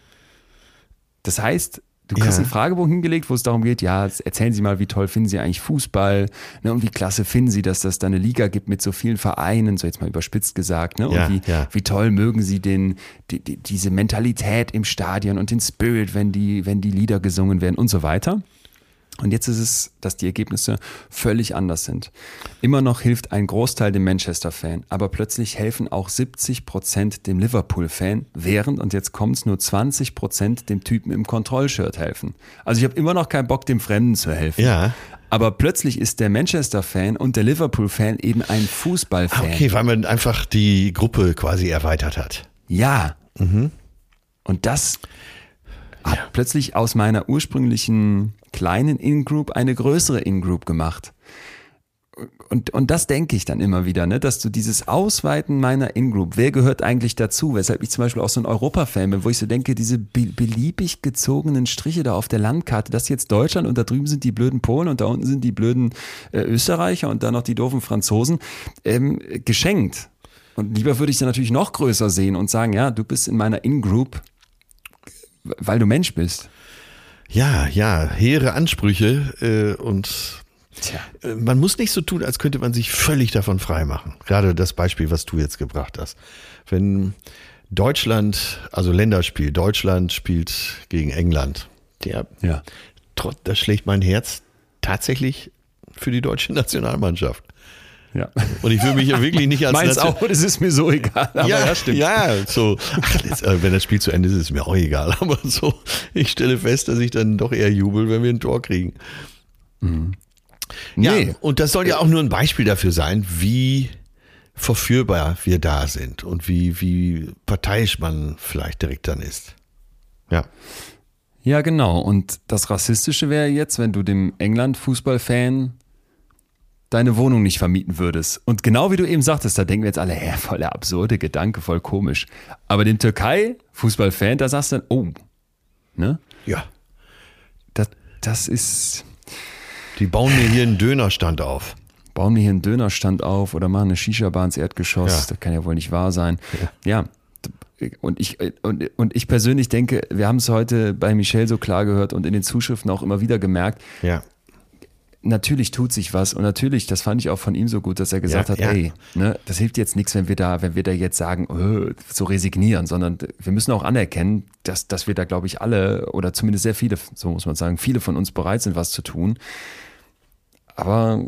Das heißt, du kriegst Ja. einen Fragebogen hingelegt, wo es darum geht, ja, erzählen Sie mal, wie toll finden Sie eigentlich Fußball, ne, und wie klasse finden Sie, dass das da eine Liga gibt mit so vielen Vereinen, so jetzt mal überspitzt gesagt, ne, und Ja, wie, ja. wie toll mögen Sie den, die, die, diese Mentalität im Stadion und den Spirit, wenn die, wenn die Lieder gesungen werden und so weiter. Und jetzt ist es, dass die Ergebnisse völlig anders sind. Immer noch hilft ein Großteil dem Manchester-Fan, aber plötzlich helfen auch siebzig Prozent dem Liverpool-Fan, während, und jetzt kommt's, nur zwanzig Prozent dem Typen im Kontrollshirt helfen. Also ich habe immer noch keinen Bock, dem Fremden zu helfen. Ja. Aber plötzlich ist der Manchester-Fan und der Liverpool-Fan eben ein Ah, Fußballfan. okay, weil man einfach die Gruppe quasi erweitert hat. Ja. Und das hat plötzlich aus meiner ursprünglichen kleinen In-Group eine größere In-Group gemacht. Und, und das denke ich dann immer wieder, ne, dass du dieses Ausweiten meiner In-Group, wer gehört eigentlich dazu, weshalb ich zum Beispiel auch so ein Europa-Fan bin, wo ich so denke, diese be- beliebig gezogenen Striche da auf der Landkarte, das ist jetzt Deutschland und da drüben sind die blöden Polen und da unten sind die blöden äh, Österreicher und dann noch die doofen Franzosen, ähm, geschenkt. Und lieber würde ich dann natürlich noch größer sehen und sagen, ja, du bist in meiner In-Group, weil du Mensch bist. Ja, ja, hehre Ansprüche äh, und Tja. äh, man muss nicht so tun, als könnte man sich völlig davon frei machen. Gerade das Beispiel, was du jetzt gebracht hast. Wenn Deutschland, also Länderspiel, Deutschland spielt gegen England, der, Ja. trotz, da schlägt mein Herz tatsächlich für die deutsche Nationalmannschaft. Ja. Und ich will mich ja wirklich nicht als Meins Nation- auch, das ist mir so egal. Aber ja, stimmt. Ja, so. Ach, jetzt, äh, wenn das Spiel zu Ende ist, ist mir auch egal. Aber so, ich stelle fest, dass ich dann doch eher jubel, wenn wir ein Tor kriegen. Ja, Nee. und das soll ja auch nur ein Beispiel dafür sein, wie verführbar wir da sind und wie, wie parteiisch man vielleicht direkt dann ist. Ja. Ja, genau. Und das Rassistische wäre jetzt, wenn du dem England-Fußballfan deine Wohnung nicht vermieten würdest. Und genau wie du eben sagtest, da denken wir jetzt alle, hä, voll der absurde Gedanke, voll komisch. Aber dem Türkei-Fußballfan, da sagst du dann, oh, ne? Ja. Das, das ist... Die bauen mir hier einen Dönerstand auf. Bauen wir hier einen Dönerstand auf oder machen eine Shisha-Bar ins Erdgeschoss. Ja. Das kann ja wohl nicht wahr sein. Ja. ja. Und ich, und, und ich persönlich denke, wir haben es heute bei Michel so klar gehört und in den Zuschriften auch immer wieder gemerkt, Ja. natürlich tut sich was und natürlich, das fand ich auch von ihm so gut, dass er gesagt Ja, hat, ja. ey, ne, das hilft jetzt nichts, wenn wir da, wenn wir da jetzt sagen, oh, so resignieren, sondern wir müssen auch anerkennen, dass, dass wir da, glaube ich, alle oder zumindest sehr viele, so muss man sagen, viele von uns bereit sind, was zu tun. Aber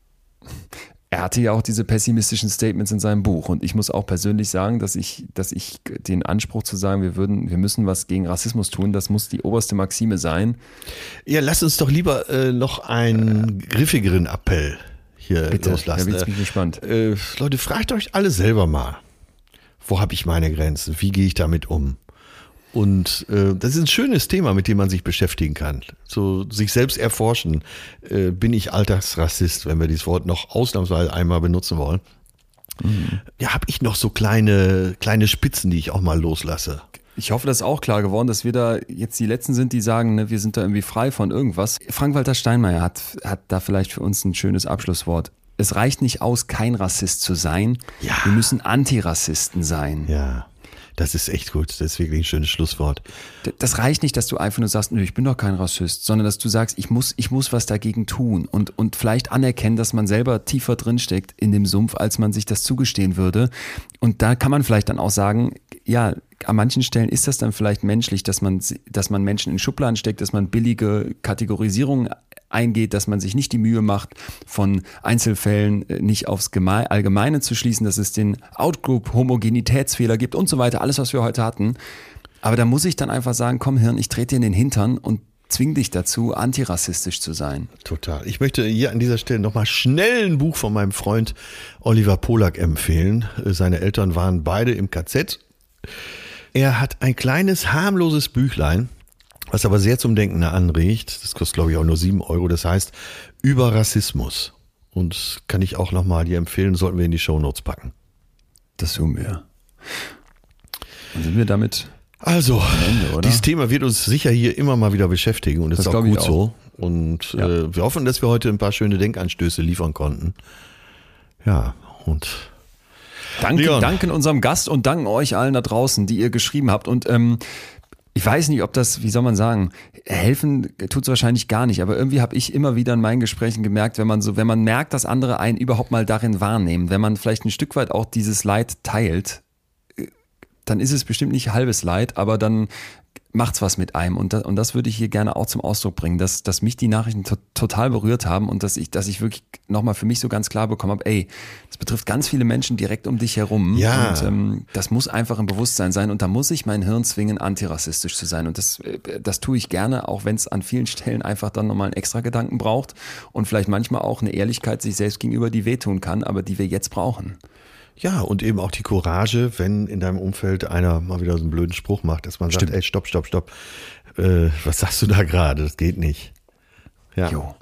er hatte ja auch diese pessimistischen Statements in seinem Buch und ich muss auch persönlich sagen, dass ich, dass ich den Anspruch zu sagen, wir würden, wir müssen was gegen Rassismus tun, das muss die oberste Maxime sein. Ja, lass uns doch lieber äh, noch einen griffigeren Appell hier Bitte, loslassen. da bin ich gespannt. Äh, Leute, fragt euch alle selber mal, wo habe ich meine Grenzen? Wie gehe ich damit um? Und äh, das ist ein schönes Thema, mit dem man sich beschäftigen kann. So sich selbst erforschen. Äh, bin ich Alltagsrassist, wenn wir dieses Wort noch ausnahmsweise einmal benutzen wollen? Mhm. Ja, habe ich noch so kleine, kleine Spitzen, die ich auch mal loslasse? Ich hoffe, das ist auch klar geworden, dass wir da jetzt die Letzten sind, die sagen, ne, wir sind da irgendwie frei von irgendwas. Frank-Walter Steinmeier hat, hat da vielleicht für uns ein schönes Abschlusswort. Es reicht nicht aus, kein Rassist zu sein. Ja. Wir müssen Antirassisten sein. Ja, das ist echt gut. Das ist wirklich ein schönes Schlusswort. Das reicht nicht, dass du einfach nur sagst, nö, ich bin doch kein Rassist, sondern dass du sagst, ich muss, ich muss was dagegen tun und, und vielleicht anerkennen, dass man selber tiefer drinsteckt in dem Sumpf, als man sich das zugestehen würde. Und da kann man vielleicht dann auch sagen, ja, an manchen Stellen ist das dann vielleicht menschlich, dass man, dass man Menschen in Schubladen steckt, dass man billige Kategorisierungen eingeht, dass man sich nicht die Mühe macht, von Einzelfällen nicht aufs Geme- Allgemeine zu schließen, dass es den Outgroup-Homogenitätsfehler gibt und so weiter, alles, was wir heute hatten. Aber da muss ich dann einfach sagen, komm Hirn, ich trete dir in den Hintern und zwing dich dazu, antirassistisch zu sein. Total. Ich möchte hier an dieser Stelle nochmal schnell ein Buch von meinem Freund Oliver Polak empfehlen. Seine Eltern waren beide im K Z. Er hat ein kleines, harmloses Büchlein, was aber sehr zum Denken anregt. Das kostet, glaube ich, auch nur sieben Euro. Das heißt, über Rassismus. Und kann ich auch nochmal dir empfehlen, sollten wir in die Shownotes packen. Das tun wir. Dann sind wir damit Also, am Ende, oder? dieses Thema wird uns sicher hier immer mal wieder beschäftigen und das Das ist auch glaube ich gut auch. so. Und Ja. äh, wir hoffen, dass wir heute ein paar schöne Denkanstöße liefern konnten. Ja, und Danke, Leon. danken unserem Gast und danken euch allen da draußen, die ihr geschrieben habt. Und ähm, ich weiß nicht, ob das, wie soll man sagen, helfen tut es wahrscheinlich gar nicht. Aber irgendwie habe ich immer wieder in meinen Gesprächen gemerkt, wenn man so, wenn man merkt, dass andere einen überhaupt mal darin wahrnehmen, wenn man vielleicht ein Stück weit auch dieses Leid teilt, dann ist es bestimmt nicht halbes Leid, aber dann macht's was mit einem. Und das, und das würde ich hier gerne auch zum Ausdruck bringen, dass, dass mich die Nachrichten to- total berührt haben und dass ich, dass ich wirklich nochmal für mich so ganz klar bekommen habe, ey, das betrifft ganz viele Menschen direkt um dich herum. Ja. Und ähm, das muss einfach im Bewusstsein sein. Und da muss ich mein Hirn zwingen, antirassistisch zu sein. Und das, äh, das tue ich gerne, auch wenn es an vielen Stellen einfach dann nochmal einen extra Gedanken braucht und vielleicht manchmal auch eine Ehrlichkeit sich selbst gegenüber, die wehtun kann, aber die wir jetzt brauchen. ja, und eben auch die Courage, wenn in deinem Umfeld einer mal wieder so einen blöden Spruch macht, dass man sagt, Stimmt. ey, stopp, stopp, stopp. Äh, was sagst du da gerade? Das geht nicht. Ja. Jo.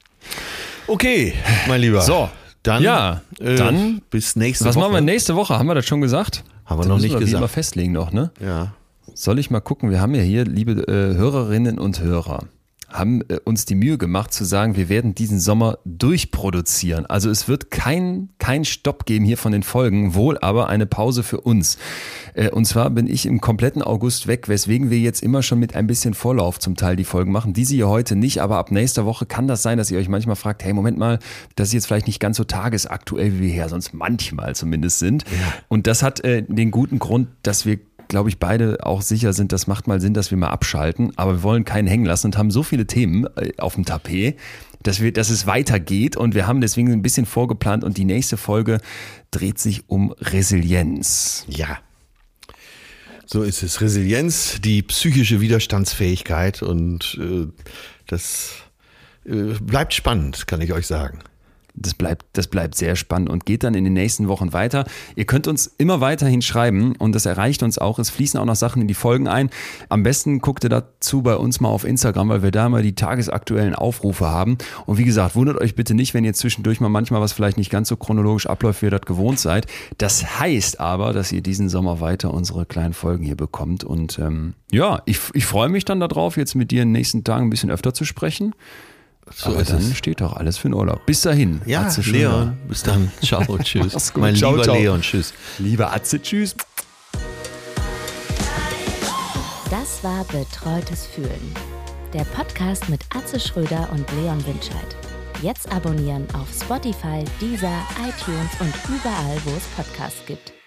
Okay, mein Lieber. So, dann, ja, äh, dann- bis nächste Was Woche. machen wir nächste Woche? Haben wir das schon gesagt? Haben wir Das noch müssen nicht wir wie gesagt. immer festlegen noch, ne? Ja. Soll ich mal gucken? Wir haben ja hier, liebe äh, Hörerinnen und Hörer, haben äh, uns die Mühe gemacht zu sagen, wir werden diesen Sommer durchproduzieren. Also es wird kein, kein Stopp geben hier von den Folgen, wohl aber eine Pause für uns. Äh, und zwar bin ich im kompletten August weg, weswegen wir jetzt immer schon mit ein bisschen Vorlauf zum Teil die Folgen machen. Diese hier heute nicht, aber ab nächster Woche kann das sein, dass ihr euch manchmal fragt, hey, Moment mal, das ist jetzt vielleicht nicht ganz so tagesaktuell, wie wir hier sonst manchmal zumindest sind. Und das hat äh, den guten Grund, dass wir glaube ich, beide auch sicher sind, das macht mal Sinn, dass wir mal abschalten, aber wir wollen keinen hängen lassen und haben so viele Themen äh, auf dem Tapet, dass wir, dass es weitergeht und wir haben deswegen ein bisschen vorgeplant und die nächste Folge dreht sich um Resilienz. Ja. So ist es. Resilienz, die psychische Widerstandsfähigkeit und äh, das äh, bleibt spannend, kann ich euch sagen. Das bleibt, das bleibt sehr spannend und geht dann in den nächsten Wochen weiter. Ihr könnt uns immer weiterhin schreiben und das erreicht uns auch. Es fließen auch noch Sachen in die Folgen ein. Am besten guckt ihr dazu bei uns mal auf Instagram, weil wir da mal die tagesaktuellen Aufrufe haben. Und wie gesagt, wundert euch bitte nicht, wenn ihr zwischendurch mal manchmal was vielleicht nicht ganz so chronologisch abläuft, wie ihr das gewohnt seid. Das heißt aber, dass ihr diesen Sommer weiter unsere kleinen Folgen hier bekommt. Und ähm, ja, ich, ich freue mich dann darauf, jetzt mit dir in den nächsten Tagen ein bisschen öfter zu sprechen. So Aber ist dann es. steht doch alles für den Urlaub. Bis dahin. Ja, Atze Schröder. Leon, bis dann. Ciao, tschüss. Mach's gut. Mein Ciao, lieber ciao. Leon, tschüss. Lieber Atze, tschüss. Das war Betreutes Fühlen. Der Podcast mit Atze Schröder und Leon Winscheid. Jetzt abonnieren auf Spotify, Deezer, iTunes und überall, wo es Podcasts gibt.